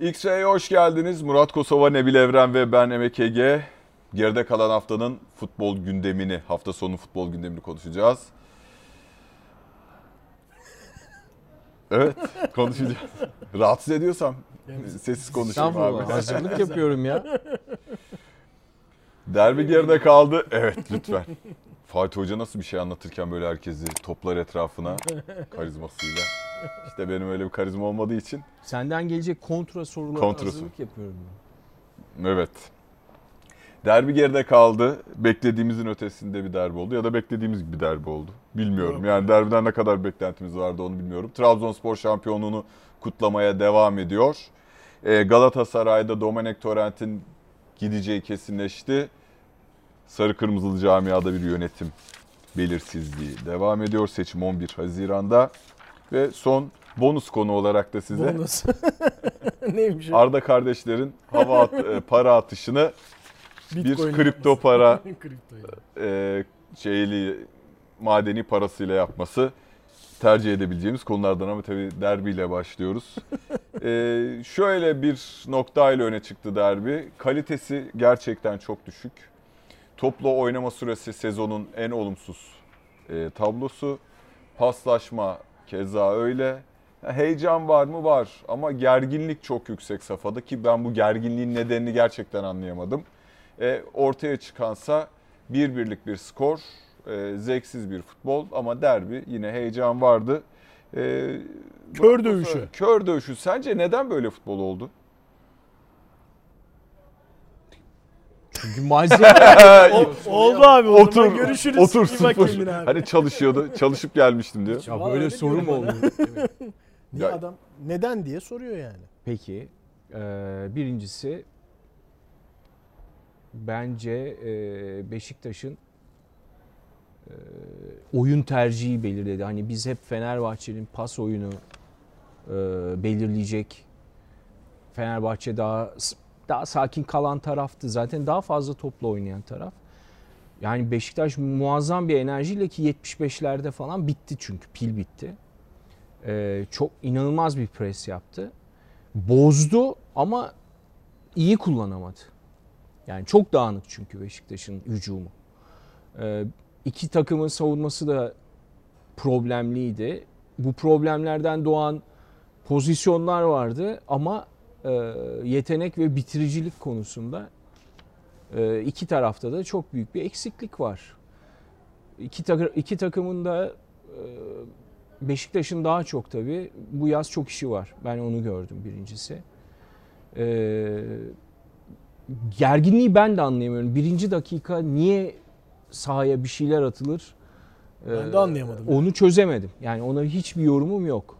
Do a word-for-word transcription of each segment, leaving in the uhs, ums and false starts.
X-Ray'e hoş geldiniz. Murat Kosova, Nebil Evren ve ben Emek Ege. Geride kalan haftanın futbol gündemini, hafta sonu futbol gündemini konuşacağız. Evet, konuşacağız. Rahatsız ediyorsam sessiz konuşayım abi. Hazırlık yapıyorum ya. Derbi geride kaldı. Evet, lütfen. Fatih Hoca nasıl bir şey anlatırken böyle herkesi toplar etrafına karizmasıyla. İşte benim öyle bir karizma olmadığı için. Senden gelecek kontra sorulara Kontra hazırlık yapıyorum. Evet. Derbi geride kaldı. Beklediğimizin ötesinde bir derbi oldu ya da beklediğimiz gibi bir derbi oldu. Bilmiyorum. Yani derbiden ne kadar beklentimiz vardı onu bilmiyorum. Trabzonspor şampiyonluğunu kutlamaya devam ediyor. Galatasaray'da Domenech Torrent'in gideceği kesinleşti. Sarı Kırmızılı camiada bir yönetim belirsizliği devam ediyor. Seçim on bir Haziran'da. Ve son bonus konu olarak da size bonus. Neymiş o? Arda kardeşlerin hava at, para atışını Bitcoin bir kripto yapması. Para e, şeyli madeni parasıyla yapması tercih edebileceğimiz konulardan ama tabii derbiyle başlıyoruz. e, şöyle bir noktayla öne çıktı derbi. Kalitesi gerçekten çok düşük. Toplu oynama süresi sezonun en olumsuz e, tablosu. Paslaşma keza öyle. Heyecan var mı? Var. Ama gerginlik çok yüksek safhada ki ben bu gerginliğin nedenini gerçekten anlayamadım. E, ortaya çıkansa bir birlik bir skor, e, zevksiz bir futbol ama derbi yine heyecan vardı. E, kör dövüşü. Kör dövüşü. Sence neden böyle futbol oldu? Çünkü malzeme... Oldu abi. O otur, zaman görüşürüz. Otur sıfır. Hani çalışıyordu. Çalışıp gelmiştim diyor. Ya böyle soru mu olur? Evet. Niye ya, adam neden diye soruyor yani. Peki. E, birincisi bence e, Beşiktaş'ın e, oyun tercihi belirledi. Hani biz hep Fenerbahçe'nin pas oyunu e, belirleyecek. Fenerbahçe daha daha sakin kalan taraftı. Zaten daha fazla topla oynayan taraf. Yani Beşiktaş muazzam bir enerjiyle ki yetmiş beşlerde falan bitti çünkü pil bitti. Ee, çok inanılmaz bir pres yaptı. Bozdu ama iyi kullanamadı. Yani çok dağınık çünkü Beşiktaş'ın hücumu. Ee, iki takımın savunması da problemliydi. Bu problemlerden doğan pozisyonlar vardı ama yetenek ve bitiricilik konusunda iki tarafta da çok büyük bir eksiklik var. İki, takı, iki takımın da Beşiktaş'ın daha çok tabii bu yaz çok işi var. Ben onu gördüm birincisi. Gerginliği ben de anlayamıyorum. Birinci dakika niye sahaya bir şeyler atılır? Ben de anlayamadım. Onu çözemedim. Yani ona hiçbir yorumum yok.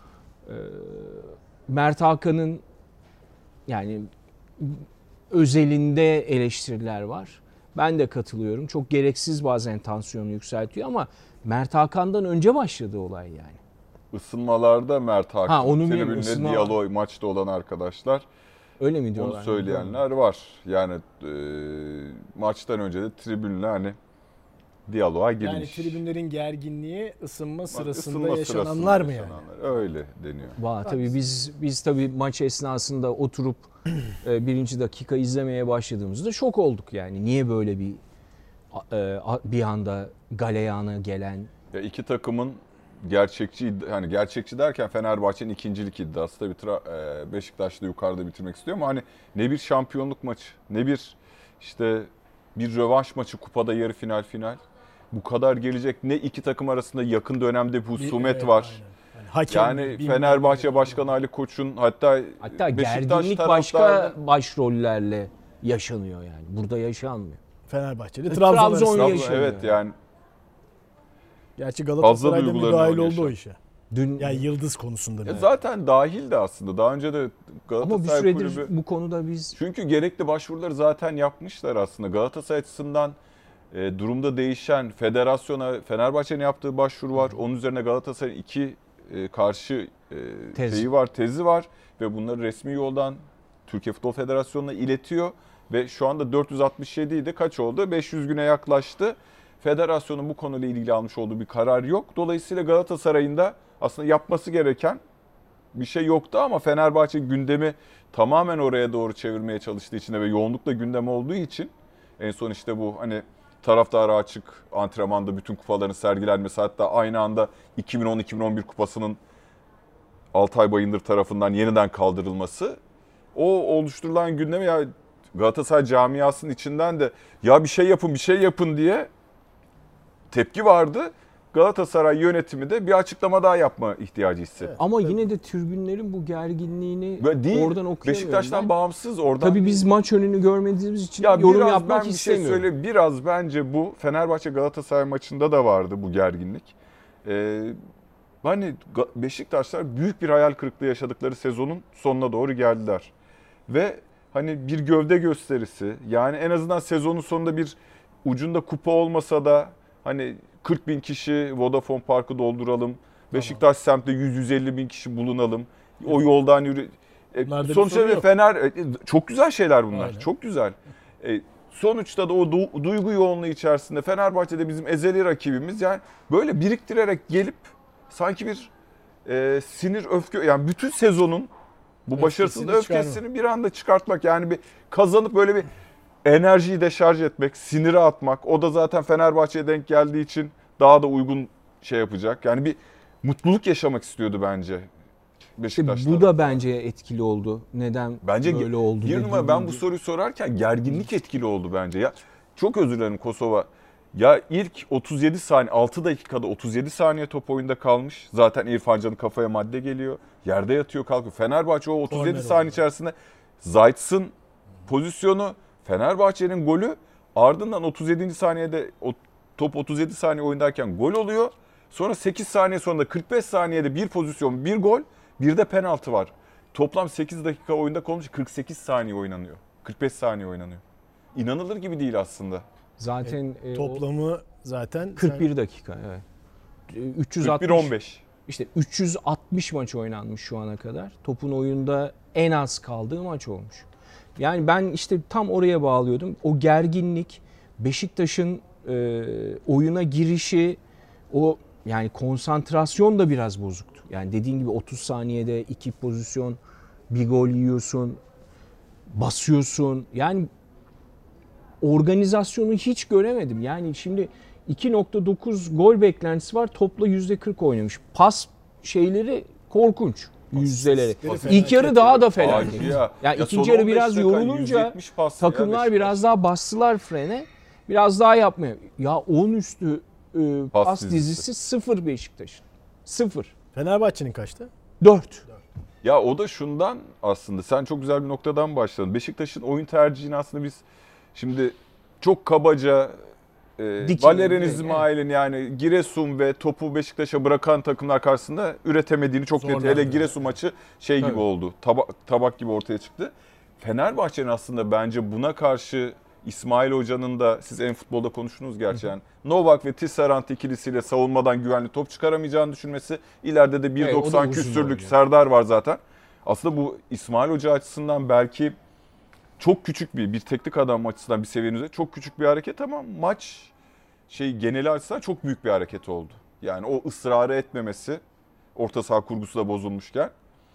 Mert Hakan'ın yani özelinde eleştiriler var. Ben de katılıyorum. Çok gereksiz bazen tansiyonu yükseltiyor ama Mert Hakan'dan önce başladı olay yani. Isınmalarda Mert Hakan, ha, onu tribünle ısınma... diyalog maçta olan arkadaşlar. Öyle mi diyorlar? Onu söyleyenler var. Yani e, maçtan önce de tribünle hani diyaloğa girmiş. Yani tribünlerin gerginliği ısınma sırasında Isınma yaşananlar sırasında mı yaşananlar. yani? Öyle deniyor. Valla tabii biz biz tabii maç esnasında oturup e, birinci dakika izlemeye başladığımızda şok olduk yani. Niye böyle bir e, bir anda galeyana gelen? Ya iki takımın gerçekçi hani gerçekçi derken Fenerbahçe'nin ikincilik iddiası tabii e, Beşiktaş'ta yukarıda bitirmek istiyor ama hani ne bir şampiyonluk maçı, ne bir işte bir rövanş maçı, kupada yarı final final. Bu kadar gelecek ne iki takım arasında yakın dönemde bu husumet evet, var. Yani, hakem, yani Fenerbahçe Başkanı Ali Koç'un hatta hatta Beşiktaş gerginlik taraftarı... başka başrollerle yaşanıyor yani. Burada yaşanmıyor. Fenerbahçe'de Trabzon, Trabzon yaşanıyor. Evet yani. Gerçi Galatasaray'da müdahil oldu o işe. Dün yani yıldız konusunda. Ya zaten dahil de aslında. Daha önce de Galatasaray ama bir süredir kulübü... bu konuda biz... Çünkü gerekli başvuruları zaten yapmışlar aslında. Galatasaray açısından e, durumda değişen federasyona Fenerbahçe'nin yaptığı başvuru var. Onun üzerine Galatasaray'ın iki e, karşı e, Tez. şeyi var, tezi var. Ve bunları resmi yoldan Türkiye Futbol Federasyonu'na iletiyor. Ve şu anda dört yüz altmış yedi idi. Kaç oldu? beş yüz güne yaklaştı. Federasyonun bu konuyla ilgili almış olduğu bir karar yok. Dolayısıyla Galatasaray'ın da aslında yapması gereken bir şey yoktu ama Fenerbahçe gündemi tamamen oraya doğru çevirmeye çalıştığı için ve yoğunlukla gündem olduğu için en son işte bu hani taraftara açık antrenmanda bütün kupaların sergilenmesi, hatta aynı anda iki bin on iki bin on bir kupasının Altay Bayındır tarafından yeniden kaldırılması, o oluşturulan gündeme ya Galatasaray camiasının içinden de ya bir şey yapın bir şey yapın diye tepki vardı. Galatasaray yönetimi de bir açıklama daha yapma ihtiyacı hissetti. Evet. Ama yine de tribünlerin bu gerginliğini değil, oradan okuyamıyorum. Beşiktaş'tan ben. bağımsız oradan. Tabii biz maç önünü görmediğimiz için ya yorum biraz yapmak ben istemiyorum. Bir şey söyleyeyim. Biraz bence bu Fenerbahçe Galatasaray maçında da vardı bu gerginlik. Ee, hani Beşiktaşlar büyük bir hayal kırıklığı yaşadıkları sezonun sonuna doğru geldiler. Ve hani bir gövde gösterisi, yani en azından sezonun sonunda bir ucunda kupa olmasa da hani kırk bin kişi Vodafone Park'ı dolduralım. Tamam. Beşiktaş semtte yüz yüz elli bin kişi bulunalım. O yoldan yürü. E, sonuçta bir Fener e, çok güzel şeyler bunlar. Aynen. Çok güzel. E, sonuçta da o du- duygu yoğunluğu içerisinde Fenerbahçe'de bizim ezeli rakibimiz, yani böyle biriktirerek gelip sanki bir e, sinir, öfke, yani bütün sezonun bu başarısız öfkesini çıkarma. Bir anda çıkartmak, yani bir kazanıp böyle bir enerjiyi deşarj etmek, siniri atmak. O da zaten Fenerbahçe'ye denk geldiği için daha da uygun şey yapacak. Yani bir mutluluk yaşamak istiyordu bence Beşiktaşlar. Bu da bence etkili oldu. Neden bence böyle oldu? Bir numara ben bu soruyu sorarken gerginlik etkili oldu bence. Ya çok özür dilerim Kosova. Ya ilk otuz yedi saniye, altı dakikada otuz yedi saniye top oyunda kalmış. Zaten İrfan Can'ın kafaya madde geliyor. Yerde yatıyor, kalkıyor. Fenerbahçe o otuz yedi Korner saniye oldu. içerisinde Zayt'sın pozisyonu, Fenerbahçe'nin golü, ardından otuz yedinci saniyede o top otuz yedi saniye oyundayken gol oluyor. Sonra sekiz saniye sonunda kırk beş saniyede bir pozisyon, bir gol, bir de penaltı var. Toplam sekiz dakika oyunda kalmış, kırk sekiz saniye oynanıyor. kırk beş saniye oynanıyor. İnanılır gibi değil aslında. Zaten e, toplamı zaten kırk bir sen... dakika, evet. üç yüz altmış kırk bir on beş. İşte üç yüz altmış maç oynanmış şu ana kadar. Topun oyunda en az kaldığı maç olmuş. Yani ben işte tam oraya bağlıyordum. O gerginlik, Beşiktaş'ın e, oyuna girişi, o yani konsantrasyon da biraz bozuktu. Yani dediğin gibi otuz saniyede iki pozisyon, bir gol yiyorsun, basıyorsun. Yani organizasyonu hiç göremedim. Yani şimdi iki nokta dokuz gol beklentisi var. Topla yüzde kırk oynamış. Pas şeyleri korkunç. Yüzdeleri. İlk yarı daha da felaket. Ya. Yani ya ikinci yarı biraz yorulunca takımlar ya biraz daha bastılar frene. Biraz daha yapmıyor. Ya on üstü e, pas, pas dizisi. dizisi sıfır Beşiktaş'ın. Sıfır. Fenerbahçe'nin kaçtı? Dört. Ya o da şundan aslında, sen çok güzel bir noktadan başladın. Beşiktaş'ın oyun tercihini aslında biz şimdi çok kabaca e, Valerian İsmail'in yani Giresun ve topu Beşiktaş'a bırakan takımlar karşısında üretemediğini çok net. Hele Giresun maçı şey Tabii. gibi oldu. Tabak, tabak gibi ortaya çıktı. Fenerbahçe'nin aslında bence buna karşı İsmail Hoca'nın da, siz en futbolda konuştunuz gerçi, yani Novak ve Tisserand ikilisiyle savunmadan güvenli top çıkaramayacağını düşünmesi. İleride de bir doksan evet, küsürlük Serdar var zaten. Aslında bu İsmail Hoca açısından belki çok küçük bir, bir teknik adam açısından bir seviyenin üzerinde çok küçük bir hareket ama maç şey geneli açısından çok büyük bir hareket oldu. Yani o ısrarı etmemesi, orta saha kurgusu da bozulmuşken.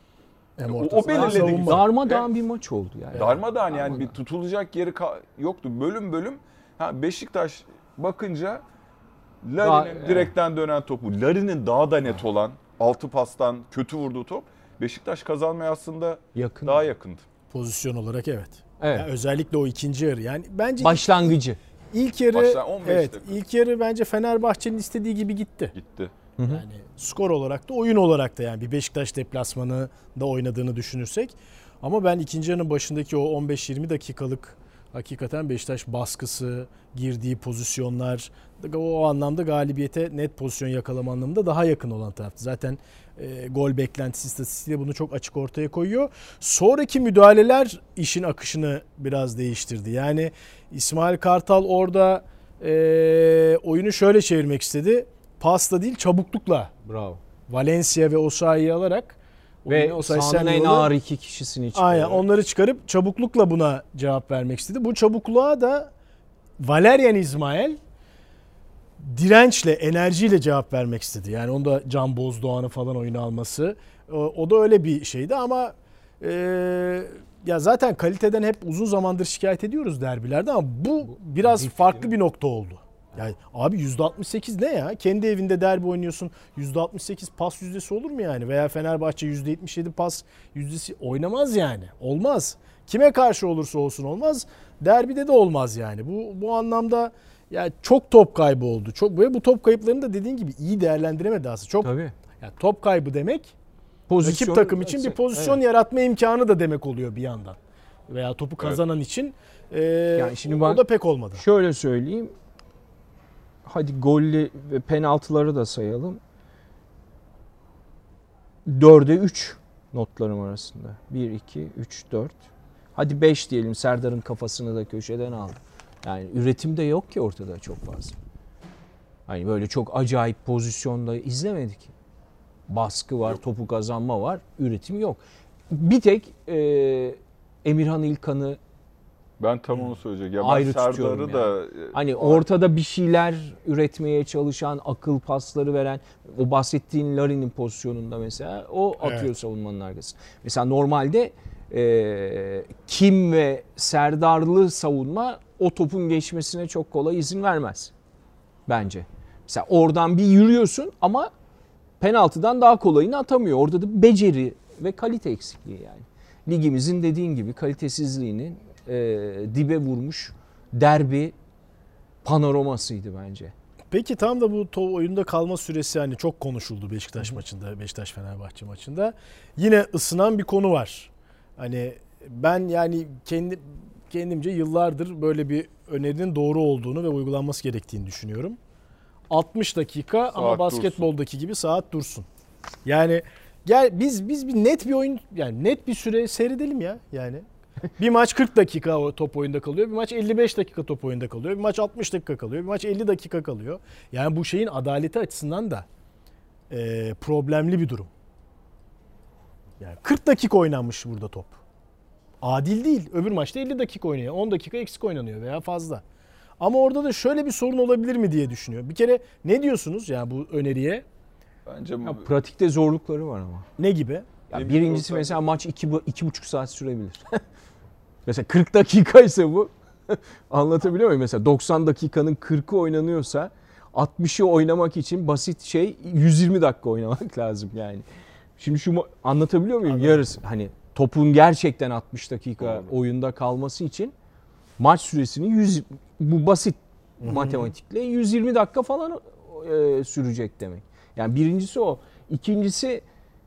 O, o belirledi. Darmadağın evet. bir maç oldu yani. Darmadağın yani Darmadağın. Bir tutulacak yeri yoktu. Bölüm bölüm ha Beşiktaş bakınca Larin'in Daha, direkten evet. dönen topu, Larin'in daha da net olan altı pastan kötü vurduğu top, Beşiktaş kazanmaya aslında Yakın. daha yakındı. Pozisyon olarak evet. Evet. Yani özellikle o ikinci yarı yani bence başlangıcı. İlk yarı evet, dakika. ilk yarı bence Fenerbahçe'nin istediği gibi gitti. Gitti. Hı hı. Yani skor olarak da oyun olarak da, yani bir Beşiktaş deplasmanı da oynadığını düşünürsek. Ama ben ikinci yarının başındaki o on beş yirmi dakikalık hakikaten Beşiktaş baskısı, girdiği pozisyonlar, o anlamda galibiyete net pozisyon yakalama anlamında daha yakın olan taraftı. Zaten e, gol beklentisi istatistiği bunu çok açık ortaya koyuyor. Sonraki müdahaleler işin akışını biraz değiştirdi. Yani İsmail Kartal orada e, oyunu şöyle çevirmek istedi. Pasla değil, çabuklukla. Bravo. Valencia ve Osayi'yi alarak ve sahanın en ağır iki kişisini çıkarıyor. Aynen, onları çıkarıp çabuklukla buna cevap vermek istedi. Bu çabukluğa da Valerian İsmail dirençle, enerjiyle cevap vermek istedi. Yani onda Can Bozdoğan'ı falan oyuna alması. O, o da öyle bir şeydi ama e, ya zaten kaliteden hep uzun zamandır şikayet ediyoruz derbilerde ama bu biraz Dip, farklı bir nokta oldu. Yani abi yüzde altmış sekiz ne ya? Kendi evinde derbi oynuyorsun. yüzde altmış sekiz pas yüzdesi olur mu yani? Veya Fenerbahçe yüzde yetmiş yedi pas yüzdesi oynamaz yani. Olmaz. Kime karşı olursa olsun olmaz. Derbide de olmaz yani. Bu bu anlamda yani çok top kaybı oldu. Çok ve bu top kayıplarını da dediğin gibi iyi değerlendiremedi aslında. Çok Tabii. yani top kaybı demek Pozisyon, rakip takım için bir pozisyon evet. yaratma imkanı da demek oluyor bir yandan. Veya topu kazanan evet. için e, yani şimdi o, ben o da pek olmadı. Şöyle söyleyeyim. Hadi golle ve penaltıları da sayalım. dörde üç notlarım arasında. bir, iki, üç, dört. Hadi beş diyelim, Serdar'ın kafasını da köşeden aldı. Yani üretim de yok ki ortada çok fazla. Hani böyle çok acayip pozisyonda izlemedik. Baskı var, yok. Topu kazanma var, üretim yok. Bir tek e, Emirhan İlkan'ı ben tam onu söyleyecek. Ya ben ayrı Serdar'ı da yani. Hani ortada bir şeyler üretmeye çalışan, akıl pasları veren, o bahsettiğin Larin'in pozisyonunda mesela o atıyor evet. savunmanın arkasına. Mesela normalde e, Kim ve Serdarlı savunma o topun geçmesine çok kolay izin vermez bence. Mesela oradan bir yürüyorsun ama penaltıdan daha kolayını atamıyor. Orada da beceri ve kalite eksikliği yani. Ligimizin dediğin gibi kalitesizliğinin e, dibe vurmuş derbi panoramasıydı bence. Peki tam da bu to- oyunda kalma süresi hani çok konuşuldu Beşiktaş Hı-hı. maçında, Beşiktaş-Fenerbahçe maçında. Yine ısınan bir konu var. Hani ben yani kendi kendimce yıllardır böyle bir önerinin doğru olduğunu ve uygulanması gerektiğini düşünüyorum. altmış dakika saat ama basketboldaki dursun. gibi saat dursun. Yani gel biz biz bir net bir oyun yani net bir süre seyredelim ya yani. Bir maç kırk dakika top oyunda kalıyor. Bir maç elli beş dakika top oyunda kalıyor. Bir maç altmış dakika kalıyor. Bir maç elli dakika kalıyor. Yani bu şeyin adaleti açısından da e, problemli bir durum. Yani kırk dakika oynanmış burada top. Adil değil. Öbür maçta elli dakika oynuyor. on dakika eksik oynanıyor veya fazla. Ama orada da şöyle bir sorun olabilir mi diye düşünüyor. Bir kere ne diyorsunuz yani bu öneriye? Bence ya, pratikte zorlukları var ama. Ne gibi? Ya birincisi mesela maç iki, iki buçuk saat sürebilir. Mesela kırk dakika ise bu. Anlatabiliyor muyum? Mesela doksan dakikanın kırkı oynanıyorsa altmışı oynamak için basit şey yüz yirmi dakika oynamak lazım yani. Şimdi şu anlatabiliyor muyum? Anladım. Yarısı hani topun gerçekten altmış dakika Anladım. oyunda kalması için maç süresini yüz bu basit Hı-hı. matematikle yüz yirmi dakika falan e, sürecek demek. Yani birincisi o. İkincisi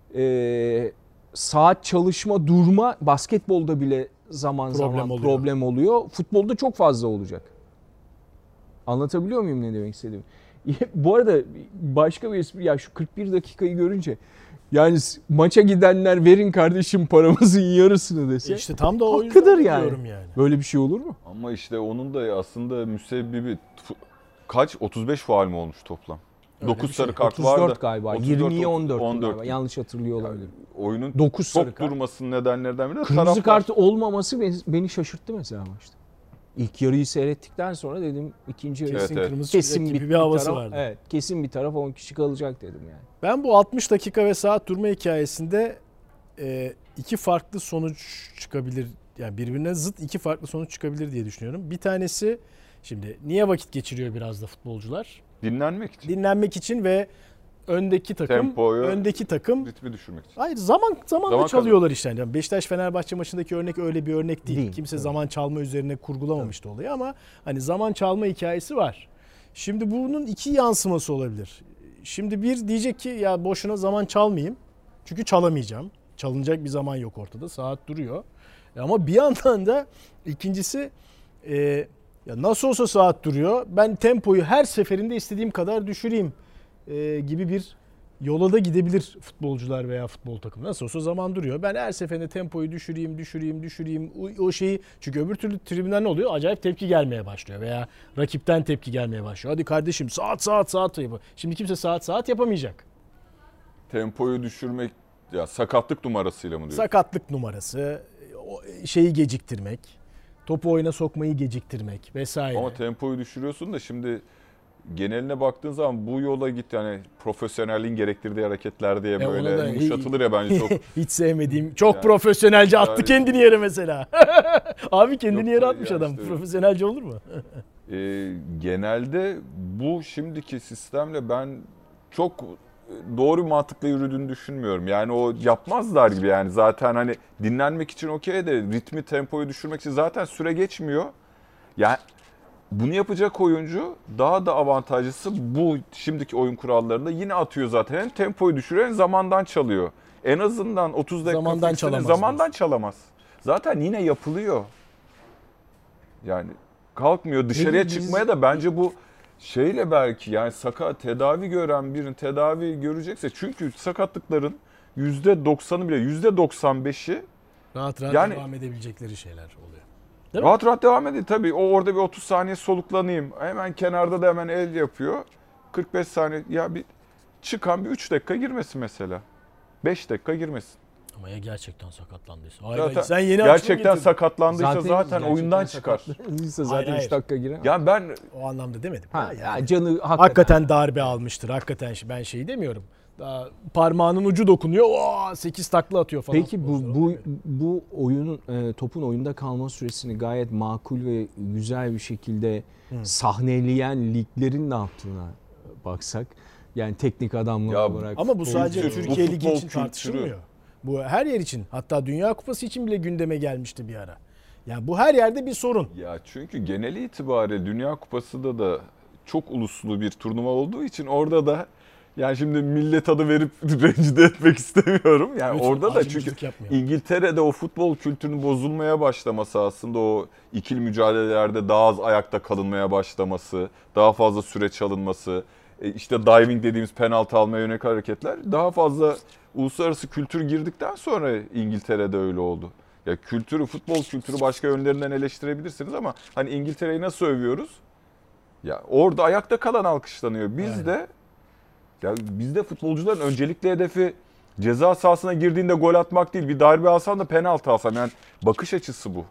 e, saat çalışma, durma basketbolda bile zaman problem zaman oluyor. problem oluyor. Futbolda çok fazla olacak. Anlatabiliyor muyum ne demek istediğimi? Bu arada başka bir espri ya şu kırk bir dakikayı görünce yani maça gidenler verin kardeşim paramızın yarısını dese. İşte tam da o hakkıdır yani. yani. Böyle bir şey olur mu? Ama işte onun da aslında müsebbibi kaç otuz beş faul mü olmuş toplam? Öyle dokuz şey. sarı kart otuz dört vardı. galiba. yirmiye on dört, on dört galiba. Yanlış hatırlıyor olabilirim. Yani oyunun dokuz sarı top kart. durmasının nedenlerinden biri de kırmızı taraftar. kartı olmaması beni, beni şaşırttı mesela maçta. İlk yarıyı seyrettikten sonra dedim ikinci yarı kesin evet, kırmızı kesin gibi bir, bir, bir havası taraf, vardı. Evet, kesin bir taraf on kişi kalacak dedim yani. Ben bu altmış dakika ve saat durma hikayesinde e, iki farklı sonuç çıkabilir. Yani birbirine zıt iki farklı sonuç çıkabilir diye düşünüyorum. Bir tanesi şimdi niye vakit geçiriyor biraz da futbolcular? Dinlenmek için. Dinlenmek için ve öndeki takım Tempoyu, öndeki takım ritmi düşürmek için. Hayır zaman zamanla zaman çalıyorlar işte. Yani Beşiktaş Fenerbahçe maçındaki örnek öyle bir örnek değil. değil Kimse tabii. zaman çalma üzerine kurgulamamıştı olayı ama hani zaman çalma hikayesi var. Şimdi bunun iki yansıması olabilir. Şimdi bir diyecek ki ya boşuna zaman çalmayayım. Çünkü çalamayacağım. Çalınacak bir zaman yok ortada. Saat duruyor. Ama bir yandan da ikincisi e, ya nasıl olsa saat duruyor. Ben tempoyu her seferinde istediğim kadar düşüreyim e, gibi bir yola da gidebilir futbolcular veya futbol takımı. Nasıl olsa zaman duruyor. Ben her seferinde tempoyu düşüreyim, düşüreyim, düşüreyim. O, o şeyi çünkü öbür türlü tribünden ne oluyor? Acayip tepki gelmeye başlıyor veya rakipten tepki gelmeye başlıyor. Hadi kardeşim saat saat saat yapı. Şimdi kimse saat saat yapamayacak. Tempoyu düşürmek ya sakatlık numarasıyla mı diyorsun? Sakatlık numarası, o şeyi geciktirmek, topu oyuna sokmayı geciktirmek vesaire. Ama tempoyu düşürüyorsun da şimdi geneline baktığın zaman bu yola git yani profesyonelliğin gerektirdiği hareketler diye E, ona böyle da- yumuşatılır ya bence çok. Hiç sevmediğim. Çok Yani- profesyonelce attı Yani- kendini yere mesela. Abi kendini Yok yere tabii atmış ya adam. işte- Profesyonelce olur mu? Ee, genelde bu şimdiki sistemle ben çok doğru bir mantıkla yürüdüğünü düşünmüyorum. Yani o yapmazlar gibi yani zaten hani dinlenmek için okey de ritmi tempoyu düşürmek için zaten süre geçmiyor. Yani bunu yapacak oyuncu daha da avantajlısı bu şimdiki oyun kurallarında yine atıyor zaten. Hem tempoyu düşürüyor hem zamandan çalıyor. En azından otuz dakika Zamandan fixini çalamaz zamandan diyorsun. çalamaz. Zaten yine yapılıyor. Yani kalkmıyor dışarıya biz- çıkmaya da bence bu şeyle belki yani sakat tedavi gören birinin tedavi görecekse çünkü sakatlıkların yüzde doksanı bile yüzde doksan beşi Rahat rahat Yani- devam edebilecekleri şeyler oluyor. Değil mi? rahat rahat devam ediyor. Tabii o orada bir otuz saniye soluklanayım. Hemen kenarda da hemen el yapıyor. kırk beş saniye ya bir çıkan bir üç dakika girmesin mesela. beş dakika girmesin. Ama ya gerçekten sakatlandıysa. Hayır, Zaten hayır, sen yeni gerçekten açımı getirdin. sakatlandıysa zaten, oyundan çıkar. Sakatlandıysa Hayır, zaten hayır. üç dakika girer. Ya ben O anlamda demedim. Ha, Ha, ya yani. canı hakikaten. Hakikaten darbe almıştır. Hakikaten şey- ben şeyi demiyorum. Daha parmağının ucu dokunuyor. Oo, sekiz takla atıyor falan. Peki bu bu bu oyunun e, topun oyunda kalma süresini gayet makul ve güzel bir şekilde sahneleyen liglerin ne yaptığına baksak, yani teknik adamlar Ya, olarak. Ama bu sadece Kültür, bu Türkiye Ligi futbol için kültürü. tartışılmıyor. Bu her yer için. Hatta Dünya Kupası için bile gündeme gelmişti bir ara. Yani bu her yerde bir sorun. ya çünkü genel itibariyle Dünya Kupası'da da çok uluslu bir turnuva olduğu için orada da yani şimdi millet adı verip rencide etmek istemiyorum. Yani Lütfen, orada da ayrımcılık çünkü yapmayalım. İngiltere'de o futbol kültürünün bozulmaya başlaması aslında o ikili mücadelelerde daha az ayakta kalınmaya başlaması, daha fazla süre çalınması, e, işte diving dediğimiz penaltı almaya yönelik hareketler daha fazla uluslararası kültür girdikten sonra İngiltere'de öyle oldu. Ya kültürü, futbol kültürü başka yönlerinden eleştirebilirsiniz ama hani İngiltere'yi nasıl övüyoruz? Ya orada ayakta kalan alkışlanıyor. Bizde ya bizde futbolcuların öncelikli hedefi ceza sahasına girdiğinde gol atmak değil. Bir darbe alsam da penaltı alsam. Yani bakış açısı bu.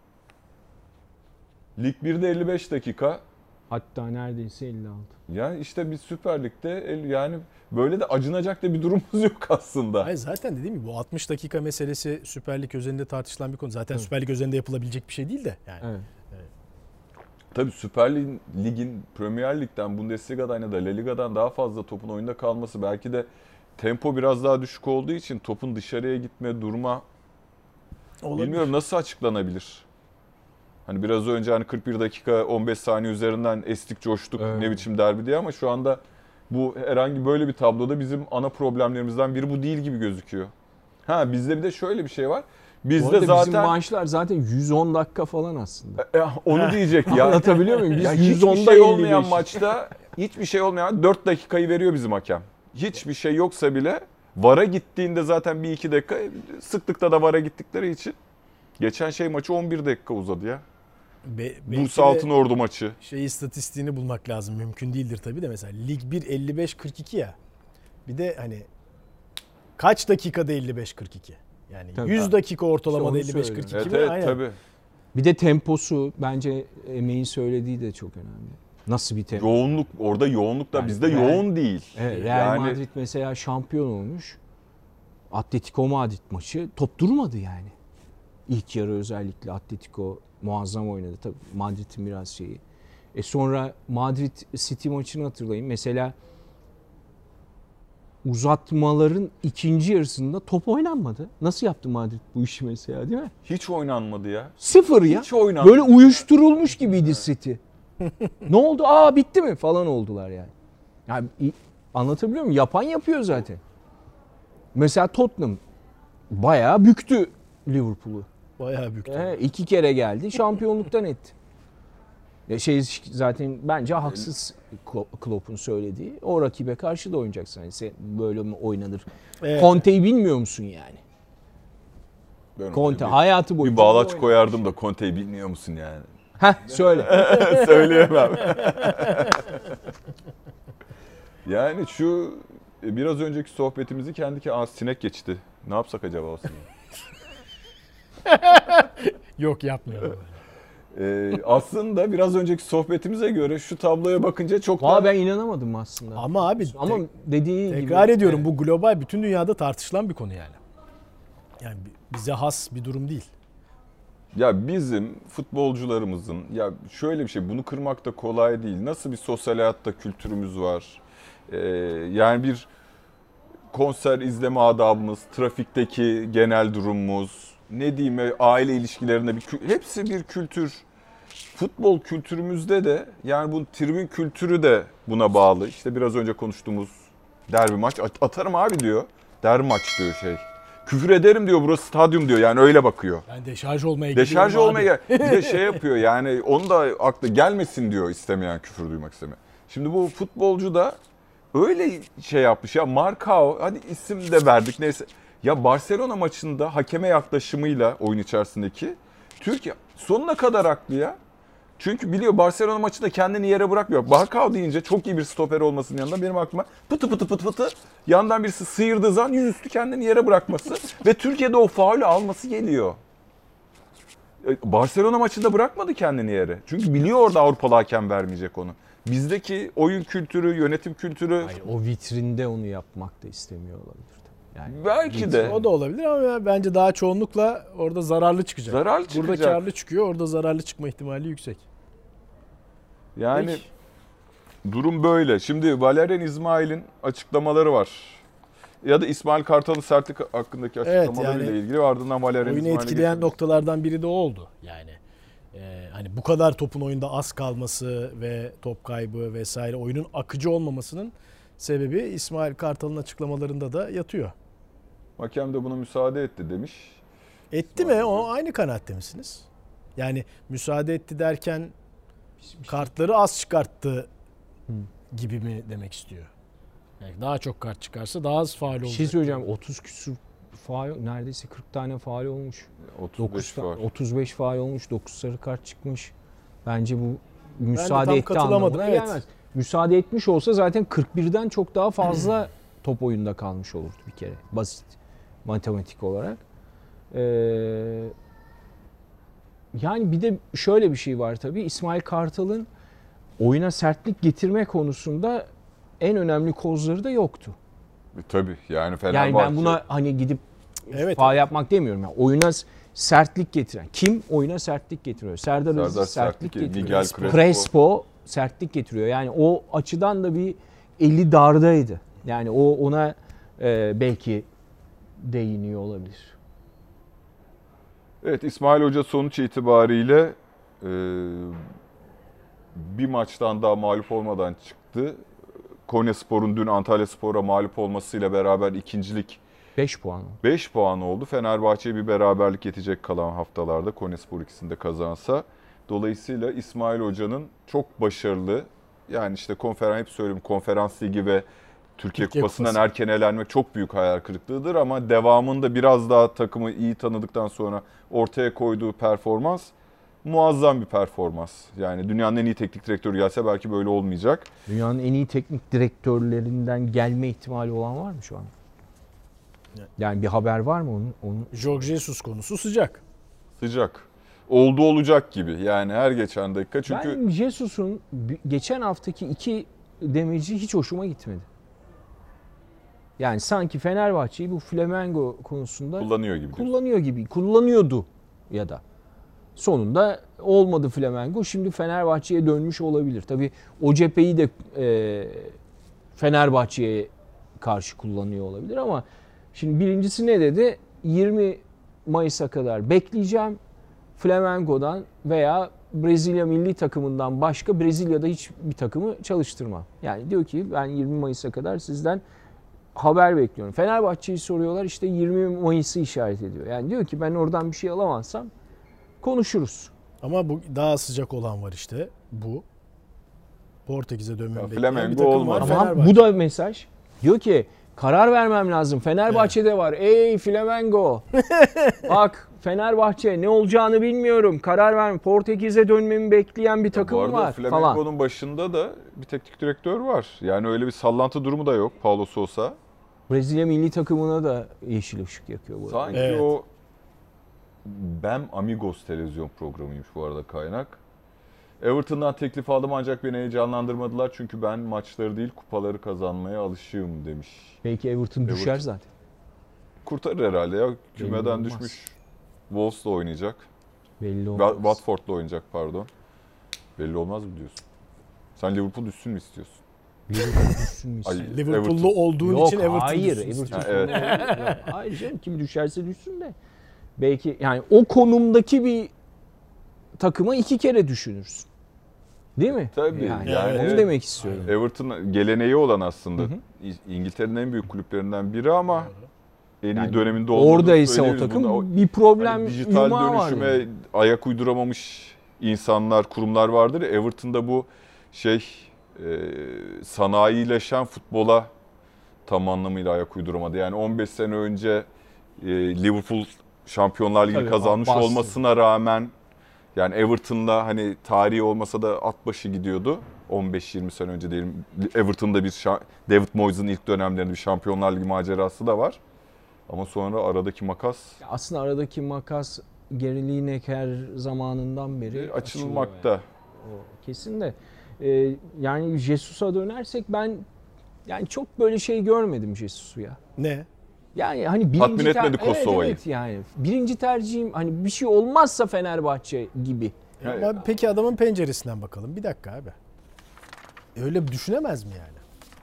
Lig birde elli beş dakika. Hatta neredeyse elli altı. Yani işte biz Süper Lig'de el- yani böyle de acınacak da bir durumumuz yok aslında. Hayır, zaten dediğim gibi bu altmış dakika meselesi Süper Lig özelinde tartışılan bir konu. Zaten Süper Lig özelinde yapılabilecek bir şey değil de. Yani. Evet. Tabii Süper Lig- Lig'in Premier Lig'den, Bundesliga'dan ya da La Liga'dan daha fazla topun oyunda kalması belki de tempo biraz daha düşük olduğu için topun dışarıya gitme, durma Olabilir. bilmiyorum nasıl açıklanabilir. Hani biraz önce hani kırk bir dakika on beş saniye üzerinden estik coştuk Evet. ne biçim derbi diye ama şu anda bu herhangi böyle bir tabloda bizim ana problemlerimizden biri bu değil gibi gözüküyor. Ha bizde bir de şöyle bir şey var. Bu Bizde arada zaten bizim maçlar zaten yüz on dakika falan aslında. E, onu diyecek ya. Anlatabiliyor muyum? Biz Ya yüz hiçbir onda şey olmayan elli beş. maçta hiçbir şey olmayan dört dakikayı veriyor bizim hakem. Hiçbir şey yoksa bile VAR'a gittiğinde zaten bir iki dakika sıklıkta da VAR'a gittikleri için geçen şey maçı on bir dakika uzadı ya. Be- belki Bursa de Altınordu maçı. şey istatistiğini bulmak lazım. Mümkün değildir tabii de mesela Lig bir elli beş kırk iki ya. Bir de hani kaç dakikada elli beş kırk iki? Yani Tabii. yüz dakika ortalamada İşte onu elli beş kırk iki Evet mi? evet Aynen. tabii. Bir de temposu bence Emeğin söylediği de çok önemli. Nasıl bir tempo? Yoğunluk orada yoğunluk da Yani bizde Real- yoğun değil. Evet, Real yani Madrid mesela şampiyon olmuş. Atletico Madrid maçı top durmadı yani. İlk yarı özellikle Atletico muazzam oynadı. Tabii Madrid'in biraz şeyi. E sonra Madrid City maçını hatırlayın. Mesela uzatmaların ikinci yarısında top oynanmadı. Nasıl yaptı Madrid bu işi mesela, değil mi? hiç oynanmadı ya. Sıfır ya. Hiç oynanmadı. Böyle uyuşturulmuş gibiydi City. Ne oldu? Aa bitti mi? Falan oldular yani. Yani i- anlatabiliyor muyum? Yapan yapıyor zaten. Mesela Tottenham bayağı büktü Liverpool'u. Bayağı büyük. Ee, iki kere geldi, şampiyonluktan etti. Ya şey zaten bence haksız Klo- Klopp'un söylediği. O rakibe karşı da oynayacaksın. Yani sen böyle mi oynanır? Evet. Conte'yi bilmiyor musun yani? Ben Conte bir, hayatı boyunca bir bağlaç oynadı. koyardım da Conte'yi bilmiyor musun yani? Heh söyle. Söyleyemem. Yani şu e, biraz önceki sohbetimizi kendi ki Aa, sinek geçti. Ne yapsak acaba o sineği? Yok yapmıyorum. Ee, aslında biraz önceki sohbetimize göre şu tabloya bakınca çok Valla daha... ben inanamadım aslında. Ama abi Ama tek- dediği gibi. tekrar ediyorum, Evet. bu global bütün dünyada tartışılan bir konu yani. Yani bize has bir durum değil. Ya bizim futbolcularımızın, ya şöyle bir şey, bunu kırmak da kolay değil. Nasıl bir sosyal hayatta kültürümüz var? Ee, yani bir konser izleme adabımız, trafikteki genel durumumuz, ne diyeyim, aile ilişkilerinde bir kü- hepsi bir kültür. Futbol kültürümüzde de yani bu tribün kültürü de buna bağlı. İşte biraz önce konuştuğumuz derbi maç, At- atarım abi diyor. Derbi maç diyor şey. Küfür ederim diyor, burası stadyum diyor, yani öyle bakıyor. Ben deşarj olmaya Deşarj gidiyorum olmaya abi. gel. Bir de şey yapıyor yani, onu da aklı gelmesin diyor, istemeyen, küfür duymak istemeyen. Şimdi bu futbolcu da öyle şey yapmış ya, Marcao, hadi isim de verdik neyse. Ya Barcelona maçında hakeme yaklaşımıyla oyun içerisindeki Türkiye sonuna kadar haklı ya. Çünkü biliyor Barcelona maçında kendini yere bırakmıyor. Marcao deyince çok iyi bir stoper olmasının yanında benim aklıma pıtı pıtı pıtı pıtı yandan birisi sıyırdığı zaman yüzüstü kendini yere bırakması ve Türkiye'de o faulü alması geliyor. Barcelona maçında bırakmadı kendini yere. Çünkü biliyor orada Avrupalı hakem vermeyecek onu. Bizdeki oyun kültürü, yönetim kültürü... Hayır, o vitrinde onu yapmak da istemiyor olabilir. Yani Belki de. O da olabilir ama bence daha çoğunlukla orada zararlı çıkacak. Zararlı çıkacak. Burada karlı çıkıyor, orada zararlı çıkma ihtimali yüksek. Yani Peki. durum böyle. Şimdi Valerian İsmail'in açıklamaları var. Ya da İsmail Kartal'ın sertlik hakkındaki açıklamalarıyla yani ilgili, ardından Valerian Oyunu İsmail'e etkileyen geçiyoruz. noktalardan biri de o oldu. Yani e, hani bu kadar topun oyunda az kalması ve top kaybı vesaire, oyunun akıcı olmamasının sebebi İsmail Kartal'ın açıklamalarında da yatıyor. Hakem de buna müsaade etti demiş. Etti mi? O aynı kanaatte misiniz? Yani müsaade etti derken kartları az çıkarttı gibi mi demek istiyor? Yani daha çok kart çıkarsa daha az faul olacak. Bir şey söyleyeceğim, otuz küsur faul, neredeyse kırk tane faul olmuş. otuz beş dokuz var. otuz beş faul olmuş, dokuz sarı kart çıkmış. Bence bu tam müsaade etti katılamadım, anlamına evet. gelmez. Müsaade etmiş olsa zaten kırk birden çok daha fazla top oyunda kalmış olurdu bir kere. Basit matematik olarak. Ee, yani bir de şöyle bir şey var tabii. İsmail Kartal'ın oyuna sertlik getirme konusunda en önemli kozları da yoktu. E, tabii yani Fenerbahçe. Yani ben buna hani gidip Evet, faul evet. yapmak demiyorum. Yani oyuna sertlik getiren. Kim oyuna sertlik getiriyor? Serdar, Serdar Aziz sertlik, sertlik, getiriyor. Miguel Crespo. Crespo. sertlik getiriyor. Yani o açıdan da bir eli dardaydı. Yani o ona e, belki değiniyor olabilir. Evet, İsmail Hoca sonuç itibariyle e, bir maçtan daha mağlup olmadan çıktı. Konyaspor'un dün Antalyaspor'a mağlup olmasıyla beraber ikincilik beş puan. beş puan oldu. Fenerbahçe'ye bir beraberlik yetecek kalan haftalarda, Konyaspor ikisini de kazansa. Dolayısıyla İsmail Hoca'nın çok başarılı, yani işte konferans, hep söylüyorum, Konferans Ligi ve Türkiye, Türkiye Kupası'ndan Kupası. erken elenmek çok büyük hayal kırıklığıdır ama devamında biraz daha takımı iyi tanıdıktan sonra ortaya koyduğu performans muazzam bir performans. Yani dünyanın en iyi teknik direktörü gelse belki böyle olmayacak. Dünyanın en iyi teknik direktörlerinden gelme ihtimali olan var mı şu an? Yani bir haber var mı onun? onun... Jorge Jesus konusu sıcak. Sıcak. Oldu olacak gibi yani her geçen dakika. Çünkü Ben Jesus'un geçen haftaki iki demeci hiç hoşuma gitmedi. Yani sanki Fenerbahçe'yi bu Flamengo konusunda kullanıyor gibi. diyorsun. kullanıyor gibi. Kullanıyordu ya da. Sonunda olmadı Flamengo. Şimdi Fenerbahçe'ye dönmüş olabilir. Tabii o cepheyi de e, Fenerbahçe'ye karşı kullanıyor olabilir ama şimdi birincisi ne dedi? yirmi Mayıs'a kadar bekleyeceğim. Flamengo'dan veya Brezilya milli takımından başka Brezilya'da hiçbir takımı çalıştırmam. Yani diyor ki ben yirmi Mayıs'a kadar sizden haber bekliyorum. Fenerbahçe'yi soruyorlar, işte yirmi Mayıs'ı işaret ediyor. Yani diyor ki ben oradan bir şey alamazsam konuşuruz. Ama bu daha sıcak olan var işte bu. Portekiz'e Ya, dönmem bekleyen Flamengo bir takım olmaz. var. Ama Fenerbahçe. bu da mesaj. Diyor ki karar vermem lazım. Fenerbahçe'de var. Ey Flamengo. Bak Fenerbahçe ne olacağını bilmiyorum. Karar verme. Portekiz'e dönmemi bekleyen bir Bu takım arada var Flamengo'nun falan. başında da bir teknik direktör var. Yani öyle bir sallantı durumu da yok Paulo Sousa. Brezilya milli takımına da yeşil ışık yakıyor bu arada. Sanki Evet. o Bem Amigos televizyon programıymış bu arada kaynak. Everton'dan teklif aldım ancak beni heyecanlandırmadılar çünkü ben maçları değil kupaları kazanmaya alışığım demiş. Belki Everton düşer Everton. zaten. Kurtarır herhalde ya. Kümeden olmaz. düşmüş. Wolves'la oynayacak. Belli Wa- olmaz. Watford'la oynayacak pardon. Belli olmaz mı diyorsun? Sen Liverpool düşsün mü istiyorsun? Liverpool düşsün mü Ay, istiyor? Liverpool'lu Everton. olduğun Yok, için Everton hayır, düşsün Everton. istiyorsun. Ha, evet. Hayır canım, kim düşerse düşsün de. Belki yani o konumdaki bir takıma iki kere düşünürsün. Değil mi? Tabii, Yani, yani onu evet. demek istiyorum. Everton geleneği olan aslında. Hı hı. İ- İngiltere'nin en büyük kulüplerinden biri ama en iyi Yani döneminde olduğunu Oradaysa o söyleyebiliriz. takım Bunda bir problem hani dijital yumağı var. dönüşüme yani. ayak uyduramamış insanlar, kurumlar vardır. ya, Everton'da bu şey e, sanayileşen futbola tam anlamıyla ayak uyduramadı. Yani on beş sene önce e, Liverpool Şampiyonlar Ligi Tabii, kazanmış bastı. olmasına rağmen yani Everton'la hani tarihi olmasa da at başı gidiyordu. on beş yirmi sene önce diyelim. Everton'da bir şa- David Moyes'ın ilk dönemlerinde bir Şampiyonlar Ligi macerası da var. Ama sonra aradaki makas Aslında aradaki makas Gary Lineker zamanından beri açılmakta. açılıyor yani. O kesin de e, yani Jesus'a dönersek ben yani çok böyle şey görmedim Jesus'u ya. Ne? Yani hani birinci Tatmin ter- etmedi Kosova'yı. Evet, evet yani birinci tercihim hani bir şey olmazsa Fenerbahçe gibi. Ama peki adamın penceresinden bakalım. Bir dakika abi. Öyle düşünemez mi yani?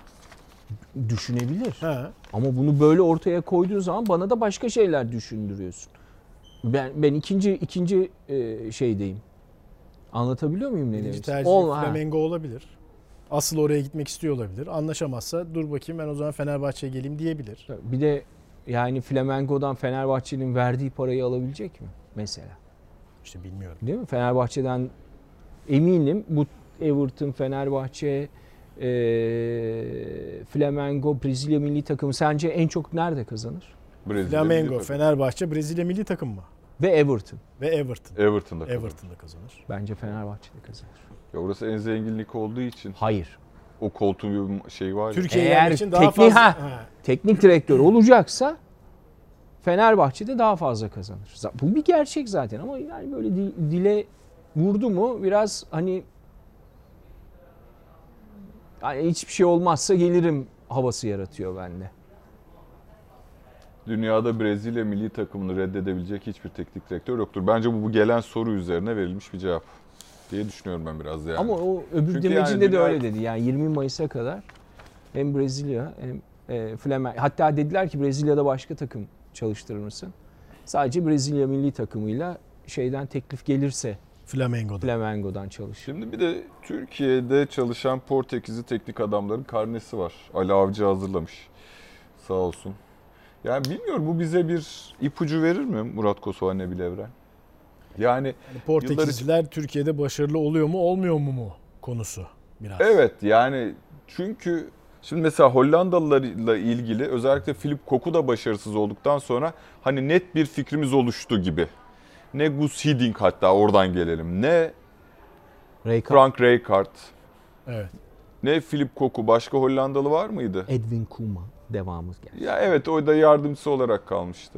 Düşünebilir. Ha. Ama bunu böyle ortaya koyduğun zaman bana da başka şeyler düşündürüyorsun. Ben ben ikinci ikinci e, şeydeyim. Anlatabiliyor muyum ne Birinci demek? tercih Olma, ha. Flamengo olabilir. Asıl oraya gitmek istiyor olabilir. Anlaşamazsa dur bakayım ben o zaman Fenerbahçe'ye geleyim diyebilir. Bir de yani Flamengo'dan Fenerbahçe'nin verdiği parayı alabilecek mi mesela? İşte bilmiyorum. Değil mi? Fenerbahçe'den eminim bu Everton, Fenerbahçe, e, Flamengo, Brezilya milli takımı sence en çok nerede kazanır? Brezilya Flamengo, milli takım. Fenerbahçe, Brezilya milli takım mı? Ve Everton. Ve Everton. Everton'da kazanır. Everton'da kazanır. Bence Fenerbahçe'de kazanır. Ya orası en zenginlik olduğu için Hayır. o koltuğun bir şey var ya. Türkiye Eğer yer için daha teknik- fazla... ha. Ha. Teknik direktör olacaksa Fenerbahçe'de daha fazla kazanır. Z- Bu bir gerçek zaten ama yani böyle di- dile vurdu mu biraz hani yani hiçbir şey olmazsa gelirim havası yaratıyor bende. Dünyada Brezilya milli takımını reddedebilecek hiçbir teknik direktör yoktur. Bence bu, bu gelen soru üzerine verilmiş bir cevap diye düşünüyorum ben biraz yani. Ama o öbür Çünkü demecinde yani de dünya- öyle dedi. Yani yirmi Mayıs'a kadar hem Brezilya hem e, Flamengo. Hatta dediler ki Brezilya'da başka takım çalıştırır mısın? Sadece Brezilya milli takımıyla şeyden teklif gelirse Flamengo'da. Flamengo'dan çalış. Şimdi bir de Türkiye'de çalışan Portekizli teknik adamların karnesi var. Ali Avcı hazırlamış. Sağ olsun. Yani bilmiyorum bu bize bir ipucu verir mi Murat Kosova, Nebil Evren? Yani Yani Portekizliler Türkiye'de başarılı oluyor mu olmuyor mu mu konusu biraz. evet yani çünkü şimdi mesela Hollandalılarla ilgili özellikle Philip Cocu da başarısız olduktan sonra hani net bir fikrimiz oluştu gibi. Ne Gus Hiddink hatta oradan gelelim. Ne Rijkaard, Frank Rijkaard. Evet. Ne Philip Cocu. Başka Hollandalı var mıydı? Edwin Koeman devamı geldi. Ya evet o da yardımcısı olarak kalmıştı.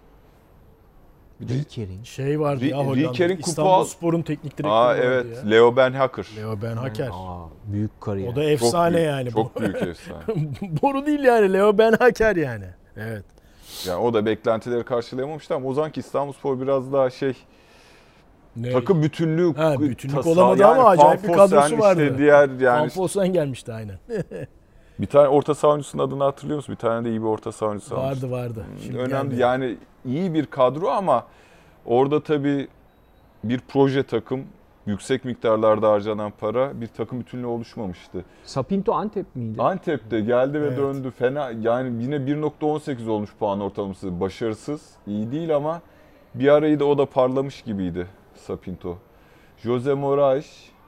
Bir de Rieker'in. Şey vardı Ri- ya Hollanda. Rieker'in kupa- İstanbulspor'un teknik direktörü Aa vardı evet ya. Leo Ben Hacker. Leo Ben Hacker. Aa, büyük kariyer. O da efsane büyük, yani. Çok Bu- büyük efsane. Boru değil yani. Leo Ben Hacker yani. Evet. Yani o da beklentileri karşılayamamıştı ama o zamanki İstanbulspor biraz daha şey Ne? takım bütünlüğü Ha, bütünlük tasa- olamadı ama acayip bir Van kadrosu Fossen, vardı. işte diğer Van yani Fossen gelmişti aynen. bir tane orta saha oyuncusunun adını hatırlıyor musun? Bir tane de iyi bir orta saha oyuncusu almıştı. vardı vardı. Şimdi Önemli gelmedi. yani iyi bir kadro ama orada tabii bir proje takım, yüksek miktarlarda harcanan para bir takım bütünlüğü oluşmamıştı. Sapinto Antep miydi? Antep'te geldi ve Evet. döndü. Fena yani yine bir nokta on sekiz olmuş puan ortalaması. Başarısız, iyi değil ama bir arayı da o da parlamış gibiydi Sapinto. Jose Moraes